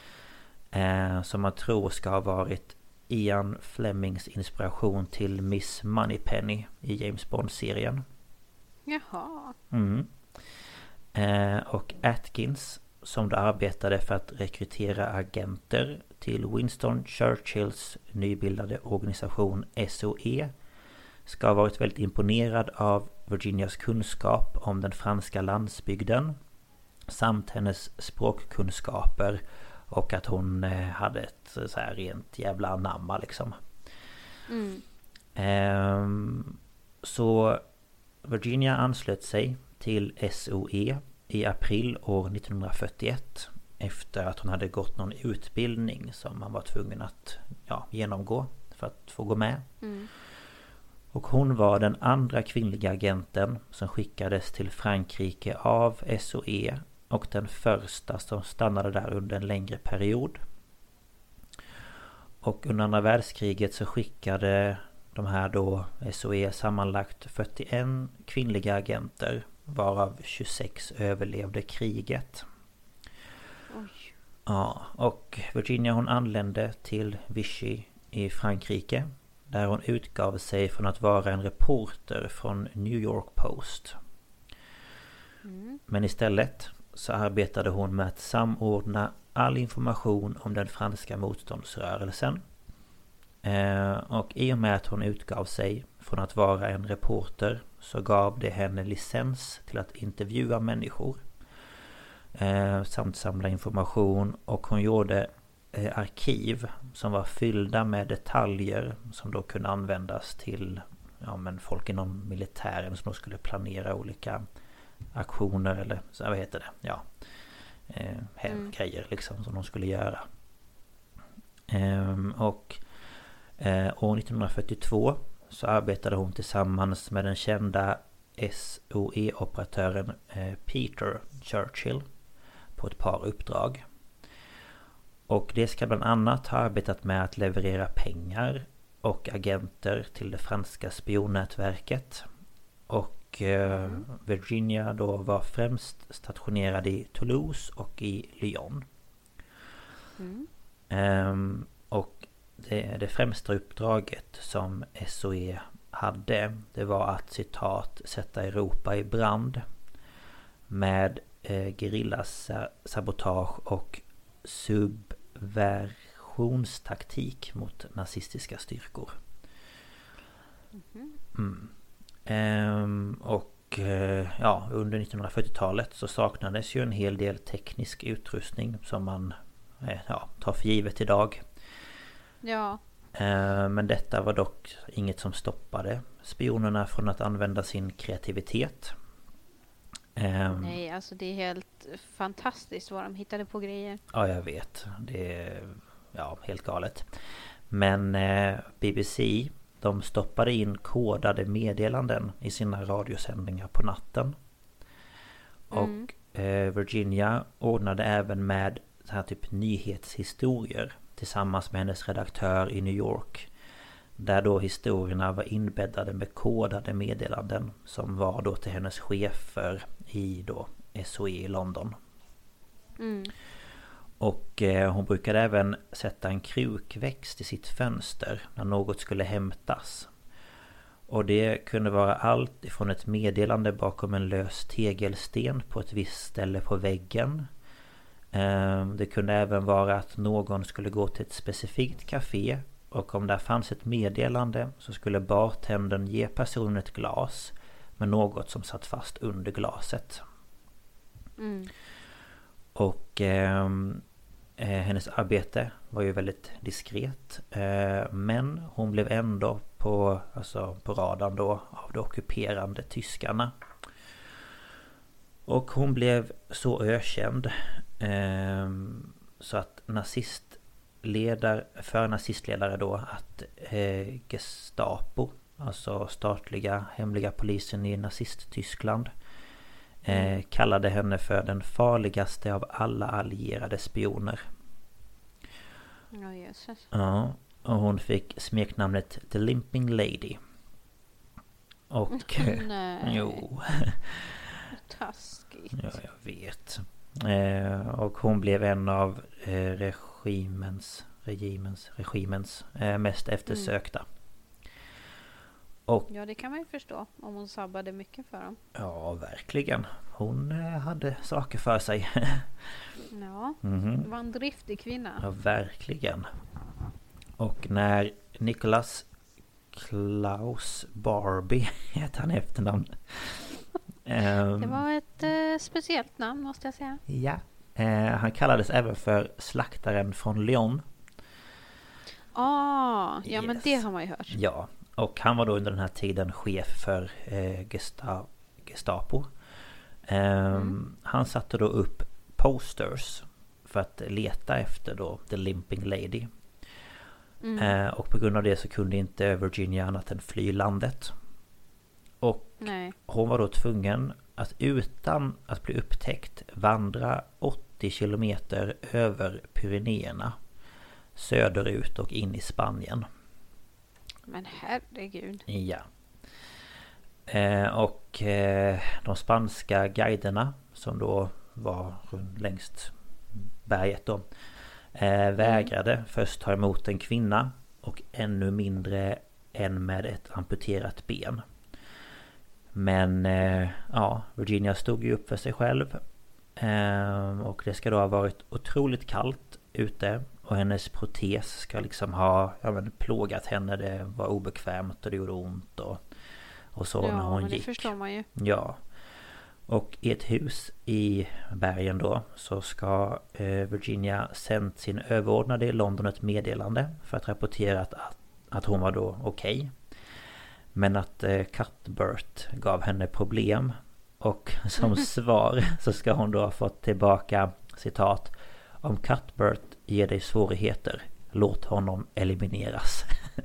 eh, som man tror ska ha varit Ian Flemings inspiration till Miss Moneypenny i James Bond-serien. Jaha. Mm. Eh, och Atkins, som då arbetade för att rekrytera agenter till Winston Churchills nybildade organisation S O E, ska ha varit väldigt imponerad av Virginias kunskap om den franska landsbygden samt hennes språkkunskaper och att hon eh, hade ett så här rent jävla anamma liksom. Mm. Eh, så Virginia anslöt sig till S O E i april år nittonhundrafyrtioett efter att hon hade gått någon utbildning som man var tvungen att ja, genomgå för att få gå med. Mm. Och hon var den andra kvinnliga agenten som skickades till Frankrike av S O E och den första som stannade där under en längre period. Och under andra världskriget så skickade de här då S O E sammanlagt fyrtioen kvinnliga agenter, varav tjugosex överlevde kriget. Oj. Ja, och Virginia hon anlände till Vichy i Frankrike, där hon utgav sig från att vara en reporter från New York Post. Mm. Men istället så arbetade hon med att samordna all information om den franska motståndsrörelsen. Eh, och i och med att hon utgav sig från att vara en reporter så gav det henne licens till att intervjua människor eh, samt samla information, och hon gjorde eh, arkiv som var fyllda med detaljer som då kunde användas till ja, men folk inom militären som då skulle planera olika aktioner eller så, vad heter det? Ja, eh, mm. grejer liksom som de skulle göra. Eh, och Eh, år nittonhundrafyrtiotvå så arbetade hon tillsammans med den kända S O E-operatören eh, Peter Churchill på ett par uppdrag. Och det ska bland annat ha arbetat med att leverera pengar och agenter till det franska spionnätverket. Och eh, Virginia då var främst stationerad i Toulouse och i Lyon. Mm. Eh, och Det, det främsta uppdraget som S O E hade, det var att citat sätta Europa i brand med eh, gerillasabotage och subversionstaktik mot nazistiska styrkor. Mm. Ehm, och eh, ja, under nittonhundrafyrtiotalet så saknades ju en hel del teknisk utrustning som man eh, ja, tar för givet idag. Ja. Men detta var dock inget som stoppade spionerna från att använda sin kreativitet. Um, Nej, alltså det är helt fantastiskt vad de hittade på grejer. Ja, jag vet. Det är ja, helt galet. Men eh, B B C, de stoppade in kodade meddelanden i sina radiosändningar på natten. Mm. Och eh, Virginia ordnade även med så här typ nyhetshistorier tillsammans med hennes redaktör i New York. Där då historierna var inbäddade med kodade meddelanden som var då till hennes chefer i då S O E i London. Mm. Och eh, hon brukade även sätta en krukväxt i sitt fönster när något skulle hämtas. Och det kunde vara allt ifrån ett meddelande bakom en lös tegelsten på ett visst ställe på väggen. Eh, det kunde även vara att någon skulle gå till ett specifikt café. Och om där fanns ett meddelande så skulle bartendern ge personen ett glas med något som satt fast under glaset. Mm. Och eh, hennes arbete var ju väldigt diskret. Eh, men hon blev ändå på, alltså på radarn då av de ockuperande tyskarna. Och hon blev så ökänd eh, så att nazistledare, för nazistledare då att eh, Gestapo, alltså statliga hemliga polisen i nazist-Tyskland, eh, kallade henne för den farligaste av alla allierade spioner. Ja, Jesus. Ja, och hon fick smeknamnet The Limping Lady. Och Nej. jo. Taskigt. Ja, jag vet. Eh, och hon blev en av eh, regimens regimens regimens eh, mest eftersökta. Mm. Och ja, det kan man ju förstå om hon sabbade mycket för dem. ja, verkligen. Hon eh, hade saker för sig. Ja, mm-hmm. Det var en driftig kvinna. Ja, verkligen. Och när Nicholas Klaus Barbie heter han efternamn. um, det var ett eh, speciellt namn måste jag säga. Ja. Eh, han kallades även för slaktaren från Lyon. Ah, ja yes. Men det har man ju hört. Ja, och han var då under den här tiden chef för eh, Gesta- Gestapo. Eh, mm. Han satte då upp posters för att leta efter då The Limping Lady. Mm. Eh, och på grund av det så kunde inte Virginia annat än fly landet. Och Nej. hon var då tvungen att utan att bli upptäckt vandra åttio kilometer över Pyrenéerna söderut och in i Spanien. Men herregud. Ja. Eh, och eh, de spanska guiderna som då var längst berget då eh, vägrade mm. först ta emot en kvinna och ännu mindre en med ett amputerat ben. Men eh, ja, Virginia stod ju upp för sig själv. Eh, och det ska då ha varit otroligt kallt ute. Och hennes protes ska liksom ha ja, men, plågat henne. Det var obekvämt och det gjorde ont. Och, och så ja, när hon men det gick. förstår man ju. Ja. Och i ett hus i bergen då så ska eh, Virginia sänt sin överordnade i London ett meddelande för att rapportera att, att hon var då okej. Okay. Men att eh, Cuthbert gav henne problem. Och som svar så ska hon då ha fått tillbaka citat: om Cuthbert ger dig svårigheter, låt honom elimineras.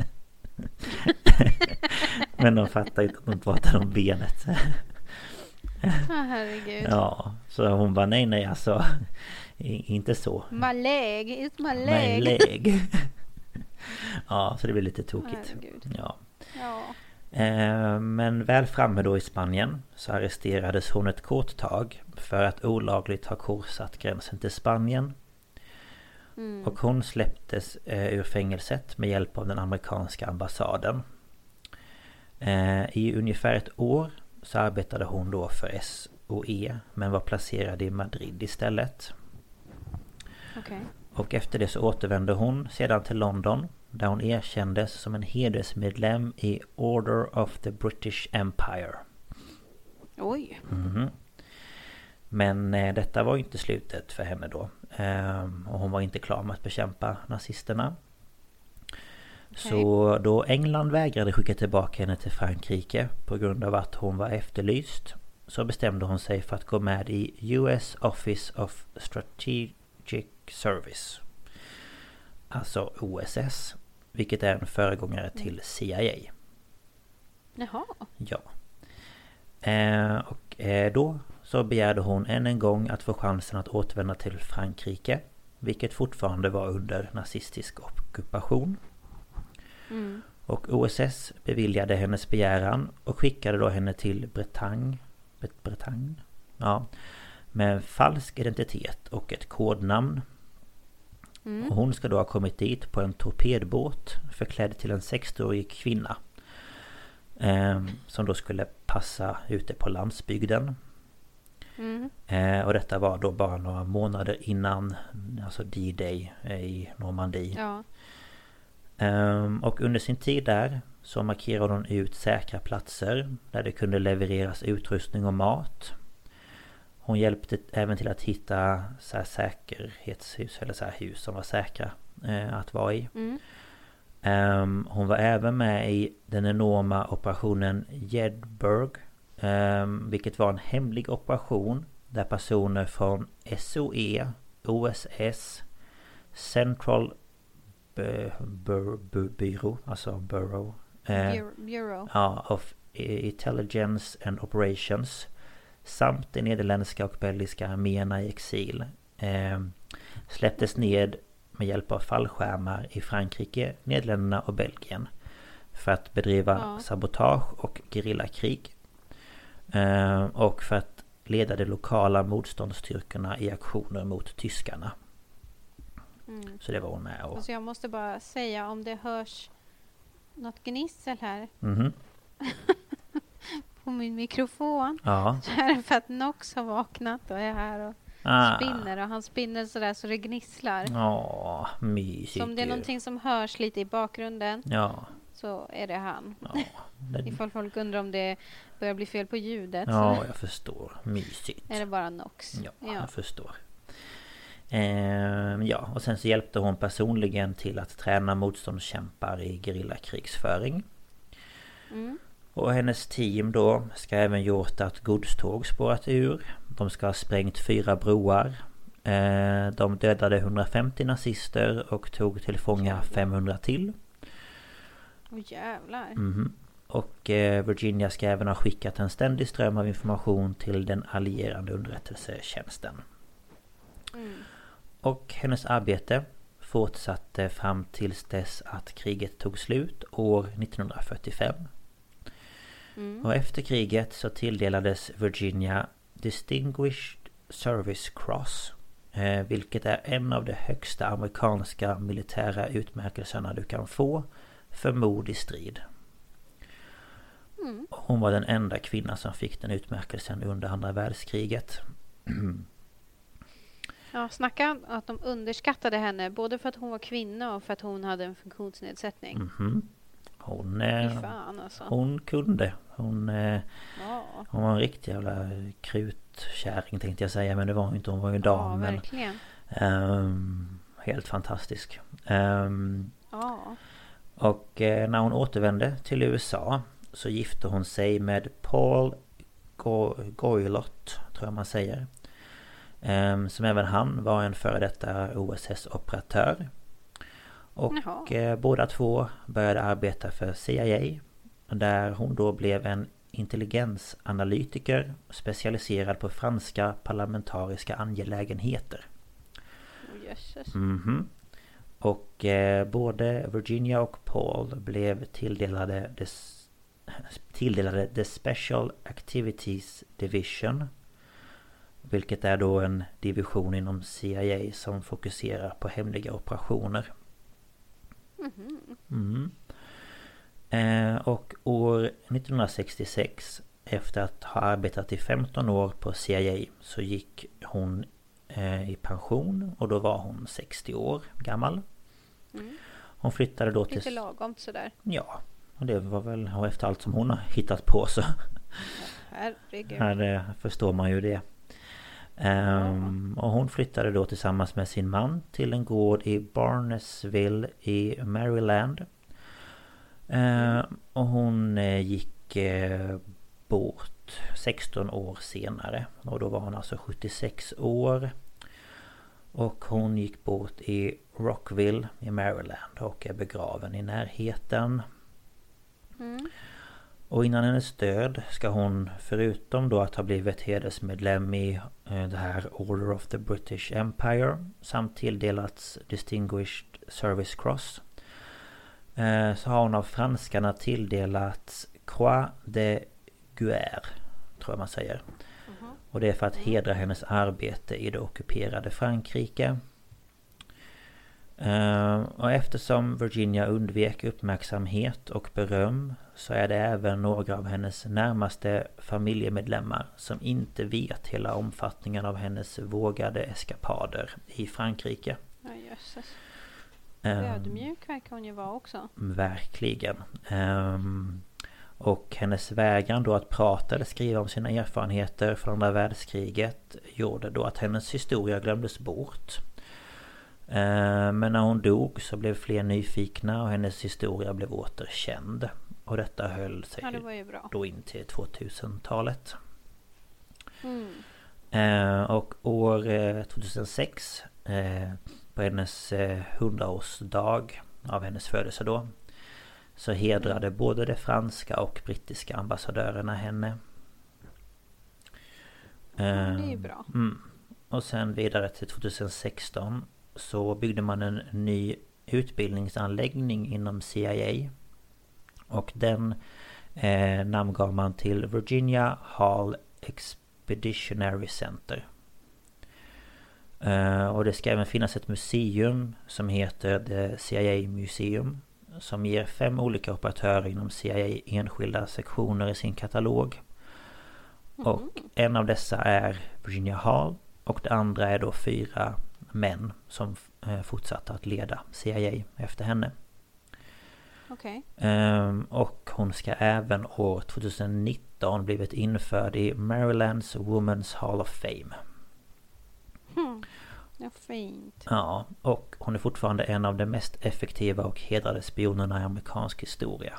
Men de fattar inte att de pratar om benet. Ah, herregud. Ja, så hon bara nej nej alltså inte så. My leg, it's my My leg. leg. Ja, så det blir lite tokigt. Herregud. Ja. Ja. Eh, men väl framme då i Spanien så arresterades hon ett kort tag för att olagligt ha korsat gränsen till Spanien. Mm. Och hon släpptes eh, ur fängelset med hjälp av den amerikanska ambassaden. Eh, I ungefär ett år så arbetade hon då för S O E men var placerad i Madrid istället. Okay. Och efter det så återvände hon sedan till London där hon erkändes som en hedersmedlem i Order of the British Empire. Oj. Mm-hmm. Men eh, detta var inte slutet för henne då. Eh, och hon var inte klar med att bekämpa nazisterna. Okay. Så då England vägrade skicka tillbaka henne till Frankrike på grund av att hon var efterlyst, så bestämde hon sig för att gå med i U S Office of Strategic Service. Alltså O S S, vilket är en föregångare till C I A. Jaha. Ja. Eh, och eh, då så begärde hon än en gång att få chansen att återvända till Frankrike, vilket fortfarande var under nazistisk ockupation. Mm. Och O S S beviljade hennes begäran och skickade då henne till Bretagne, Bretagne? Ja, med falsk identitet och ett kodnamn. Mm. Och hon ska då ha kommit dit på en torpedbåt förklädd till en sextioårig kvinna. Eh, som då skulle passa ute på landsbygden. Mm. Eh, och detta var då bara några månader innan, alltså D-Day i Normandie. Ja. Eh, och under sin tid där så markerade hon ut säkra platser där det kunde levereras utrustning och mat. Hon hjälpte även till att hitta så här säkerhetshus eller så här hus som var säkra eh, att vara i. Mm. Um, hon var även med i den enorma operationen Jedburgh, um, vilket var en hemlig operation där personer från S O E, O S S, Central B- B- B- Bureau, alltså Bureau, uh, Bureau. Ja, of Intelligence and Operations samt de nederländska och belgiska arméerna i exil eh, släpptes ned med hjälp av fallskärmar i Frankrike, Nederländerna och Belgien för att bedriva ja. sabotage och gerillakrig eh, och för att leda de lokala motståndsstyrkorna i aktioner mot tyskarna. Mm. Så det var hon med. Och... Alltså jag måste bara säga om det hörs något gnissel här. Mm-hmm. På min mikrofon. Ja. Så är det för att Nox har vaknat och är här och ah. spinner. Och han spinner sådär så det gnisslar. Ja, mysigt. Så om det är någonting som hörs lite i bakgrunden. Ja. Så är det han. Ja, det... Ifall folk undrar om det börjar bli fel på ljudet. Ja, så jag förstår. Mysigt. är det bara Nox. Ja, ja. jag förstår. Ehm, ja, och sen så hjälpte hon personligen till att träna motståndskämpar i gerillakrigsföring. Mm. Och hennes team då ska även gjort att godståg spårat ur. De ska ha sprängt fyra broar. Ehm, de dödade hundrafemtio nazister och tog till fånga femhundra till. Åh oh, jävlar. Mm-hmm. Och eh, Virginia ska även ha skickat en ständig ström av information till den allierande underrättelsetjänsten. Mm. Och hennes arbete fortsatte fram tills dess att kriget tog slut år nittonhundrafyrtiofem. Mm. Och efter kriget så tilldelades Virginia Distinguished Service Cross, eh, vilket är en av de högsta amerikanska militära utmärkelserna du kan få för mod i strid. Mm. Hon var den enda kvinna som fick den utmärkelsen under andra världskriget. Ja, snacka att de underskattade henne både för att hon var kvinna och för att hon hade en funktionsnedsättning. Mm-hmm. Hon, eh, fan, alltså. hon kunde. Hon, eh, ja. hon var en riktig jävla krutkärring tänkte jag säga. Men det var hon inte, hon var ju dam. Ja, verkligen. Men, um, helt fantastisk. Um, ja. Och eh, när hon återvände till U S A så gifte hon sig med Paul Go- Goylott, tror jag man säger. Um, som även han var en före detta O S S-operatör. Och eh, båda två började arbeta för C I A, där hon då blev en intelligensanalytiker specialiserad på franska parlamentariska angelägenheter. Oh, Jesus. Mm-hmm. Och eh, både Virginia och Paul blev tilldelade des, tilldelade The Special Activities Division, vilket är då en division inom C I A som fokuserar på hemliga operationer. Mm-hmm. Mm. Eh, och år nittonhundrasextiosex, efter att ha arbetat i femton år på C I A, så gick hon eh, i pension och då var hon sextio år gammal. Mm. Hon flyttade då till... Lite lagom sådär. Ja, och det var väl och efter allt som hon har hittat på så... Herregud. Här det förstår man ju det. Um, och hon flyttade då tillsammans med sin man till en gård i Barnesville i Maryland. Uh, och hon uh, gick uh, bort sexton år senare. Och då var hon alltså sjuttiosex år. Och hon gick bort i Rockville i Maryland och är begraven i närheten. Mm. Och innan hennes död ska hon, förutom då att ha blivit hedersmedlem i det här Order of the British Empire, samt tilldelats Distinguished Service Cross, så har hon av franskarna tilldelats Croix de Guerre, tror jag man säger. Mm-hmm. Och det är för att hedra hennes arbete i det ockuperade Frankrike. Uh, och eftersom Virginia undvek uppmärksamhet och beröm, så är det även några av hennes närmaste familjemedlemmar som inte vet hela omfattningen av hennes vågade eskapader i Frankrike. Ja, jösses. Ödmjuk verkar hon ju vara också. Verkligen. Um, och hennes vägran då att prata eller skriva om sina erfarenheter från andra världskriget gjorde då att hennes historia glömdes bort. Men när hon dog så blev fler nyfikna och hennes historia blev återkänd. Och detta höll sig ja, det var ju bra. Då in till tvåtusentalet. Mm. Och år tjugohundrasex, på hennes hundraårsdag av hennes födelse då, så hedrade mm. både de franska och brittiska ambassadörerna henne. Ja, det är ju bra. Mm. Och sen vidare till tjugosexton så byggde man en ny utbildningsanläggning inom C I A. Och den eh, namngav man till Virginia Hall Expeditionary Center. Eh, och det ska även finnas ett museum som heter The C I A Museum, som ger fem olika operatörer inom C I A enskilda sektioner i sin katalog. Mm. Och en av dessa är Virginia Hall, och det andra är då fyra män som eh, fortsatte att leda C I A efter henne. Okej. Um, och hon ska även år tjugonitton blivit införd i Marylands Women's Hall of Fame. Hmm. Ja, fint. Ja, och hon är fortfarande en av de mest effektiva och hedrade spionerna i amerikansk historia.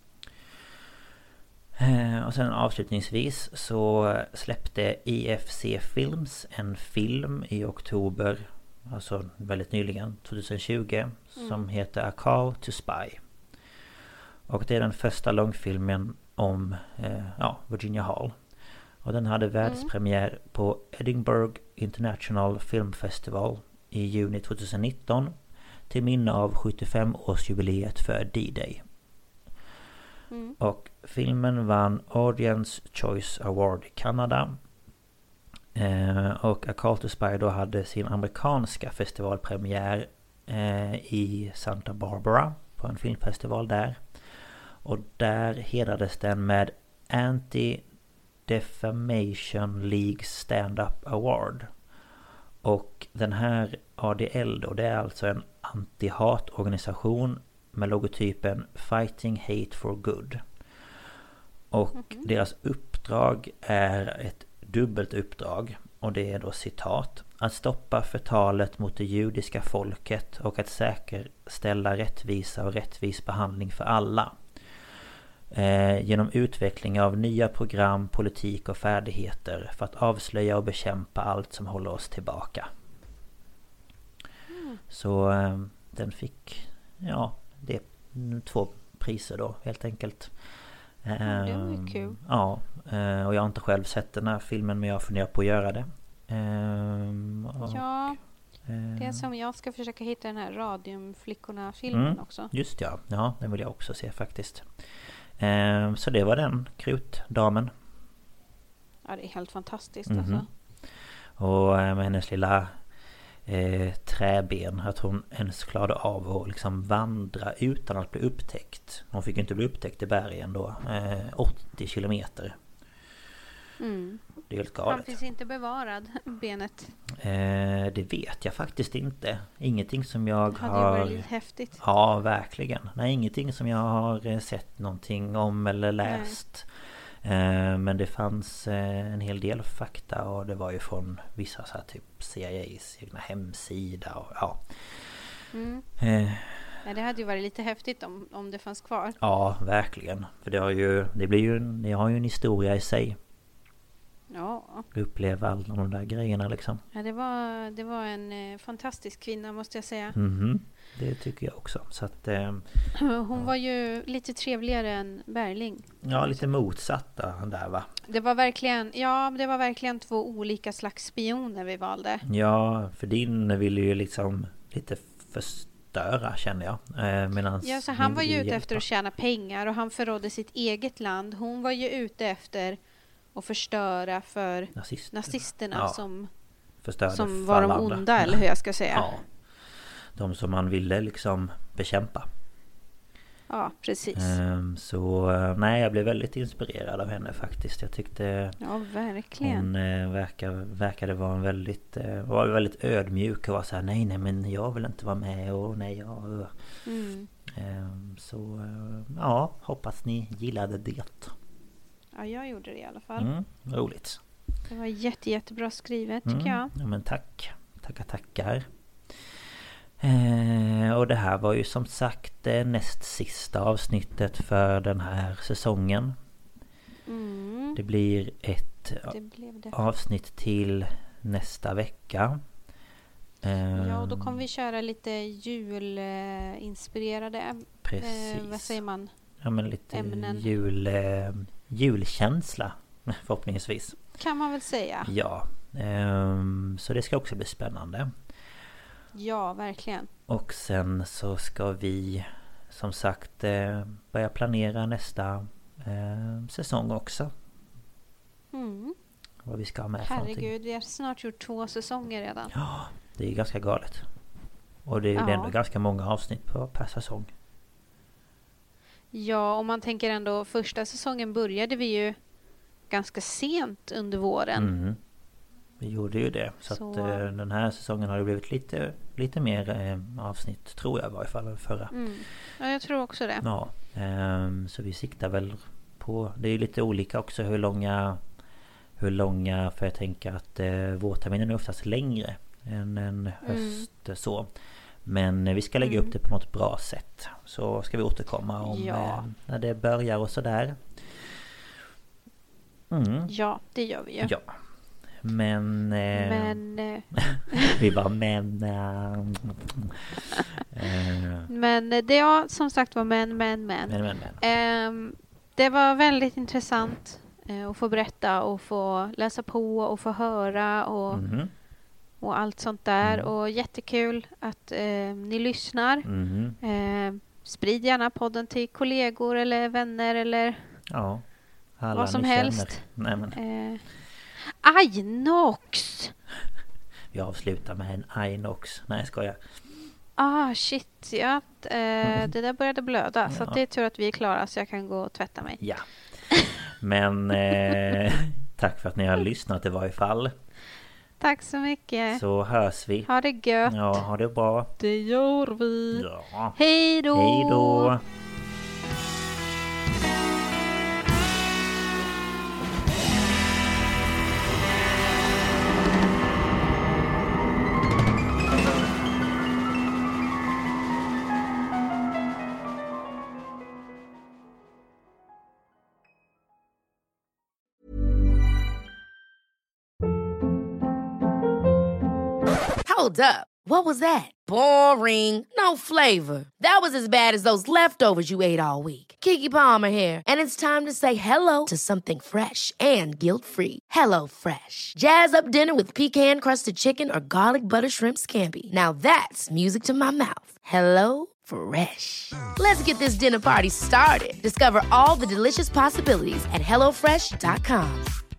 Uh, och sen avslutningsvis så släppte I F C Films en film i oktober, alltså väldigt nyligen, tjugotjugo, mm. som heter A Call to Spy. Och det är den första långfilmen om eh, ja, Virginia Hall. Och den hade världspremiär mm. på Edinburgh International Film Festival i juni tjugonitton till minne av sjuttiofemårsjubileet för D-Day. Mm. Och filmen vann Audience Choice Award i Kanada. Eh, och A Call to Spy då hade sin amerikanska festivalpremiär eh, i Santa Barbara på en filmfestival där. Och där hedrades den med Anti-Defamation League Stand-Up Award. Och den här A D L då, det är alltså en anti-hatorganisation med logotypen Fighting Hate for Good. Och mm-hmm. deras uppdrag är ett dubbelt uppdrag. Och det är då citat: att stoppa förtalet mot det judiska folket och att säkerställa rättvisa och rättvis behandling för alla. Eh, genom utveckling av nya program, politik och färdigheter för att avslöja och bekämpa allt som håller oss tillbaka. Mm. Så eh, den fick, ja, det är två priser då helt enkelt. Eh, mm, det var ju kul. Ja, eh, och jag har inte själv sett den här filmen, men jag funderar på att göra det. Eh, och, ja, eh, det är som jag ska försöka hitta den här Radiumflickorna-filmen mm, också. Just ja, ja, den vill jag också se faktiskt. Så det var den krutdamen. Ja, det är helt fantastiskt mm-hmm. alltså. Och med hennes lilla eh, träben, att hon ens klarade av att liksom vandra utan att bli upptäckt. Hon fick inte bli upptäckt i bergen då. Eh, åttio kilometer. Mm. Det är helt galet. Han finns inte bevarad, benet. Eh, det vet jag faktiskt inte. Ingenting som jag hade har... Det varit lite häftigt. Ja, verkligen. Nej, ingenting som jag har sett någonting om eller läst. Eh, men det fanns eh, en hel del fakta, och det var ju från vissa så här, typ C I A:s egna hemsida och ja. Mm. Eh, ja, det hade ju varit lite häftigt om, om det fanns kvar. Ja, verkligen. För det har ju, det blir ju, det har ju en historia i sig. Ja. Uppleva alla de där grejerna liksom. Ja, det var, det var en eh, fantastisk kvinna måste jag säga. Mm-hmm. Det tycker jag också. Så att, eh, Hon ja. var ju lite trevligare än Berling. Ja, lite motsatta där va? Det var verkligen, ja, det var verkligen två olika slags spioner vi valde. Ja, för din ville ju liksom lite förstöra känner jag. Eh, medans ja, så han var ju ute hjälpa. efter att tjäna pengar och han förrådde sitt eget land. Hon var ju ute efter att förstöra för nazisterna, nazisterna ja. som, Förstörde som var de andra. onda, eller hur jag ska säga. Ja. De som man ville liksom bekämpa. Ja, precis. Um, så nej, jag blev väldigt inspirerad av henne faktiskt. Jag tyckte ja, verkligen. hon uh, verkar, verkade vara en väldigt, uh, var väldigt ödmjuk och var så här, nej nej men jag vill inte vara med och nej jag... Uh. Mm. Um, så uh, ja, hoppas ni gillade det. Ja, jag gjorde det i alla fall. Mm, roligt. Det var jätte, jättebra skrivet tycker mm, jag. Ja men tack. Tackar, tackar. Eh, och det här var ju som sagt eh, näst sista avsnittet för den här säsongen. Mm. Det blir ett det blev det. avsnitt till nästa vecka. Eh, ja, och då kommer vi köra lite julinspirerade. Precis. Eh, vad säger man? Ja, men lite ämnen. Jul, eh, julkänsla förhoppningsvis. Kan man väl säga. Ja, eh, så det ska också bli spännande. Ja, verkligen. Och sen så ska vi som sagt eh, börja planera nästa eh, säsong också. Mm. Vad vi ska ha med. Herregud, vi har snart gjort två säsonger redan. Ja, det är ganska galet. Och det är ju ja. ändå ganska många avsnitt på, per säsong. Ja, och man tänker ändå första säsongen började vi ju ganska sent under våren. Mm. Vi gjorde ju det. Så, så. Att eh, den här säsongen har det blivit lite, lite mer eh, avsnitt tror jag i varje fall än förra. Mm. Ja, jag tror också det. Ja, eh, så vi siktar väl på... Det är ju lite olika också hur långa... Hur långa, för jag tänker att eh, vårterminen är oftast längre än en höst mm. så. Men eh, vi ska lägga mm. upp det på något bra sätt. Så ska vi återkomma om ja. eh, när det börjar och sådär. Mm. Ja, det gör vi ju. Ja. Men... Eh, men... Eh. vi bara men... Eh, eh. Men det är som sagt var men, men, men. men, men, men. Eh, det var väldigt intressant eh, att få berätta och få läsa på och få höra och, mm-hmm. och allt sånt där. Mm. Och jättekul att eh, ni lyssnar. Mm-hmm. Eh, sprid gärna podden till kollegor eller vänner eller ja, alla vad som helst. Nej, men. Eh, Inox! Vi avslutar med en Inox. Nej, ska jag. Ah, shit. Ja, eh, det där började blöda. Ja. Så att det är tur att vi är klara så jag kan gå och tvätta mig. Ja. Men eh, tack för att ni har lyssnat i varje fall. Tack så mycket. Så hörs vi. Ha det gött. Ja, ha det bra. Det gör vi. Ja. Hej då! Hej då! Hold up. What was that? Boring. No flavor. That was as bad as those leftovers you ate all week. Keke Palmer here, and it's time to say hello to something fresh and guilt-free. Hello Fresh. Jazz up dinner with pecan-crusted chicken or garlic butter shrimp scampi. Now that's music to my mouth. Hello Fresh. Let's get this dinner party started. Discover all the delicious possibilities at hello fresh dot com.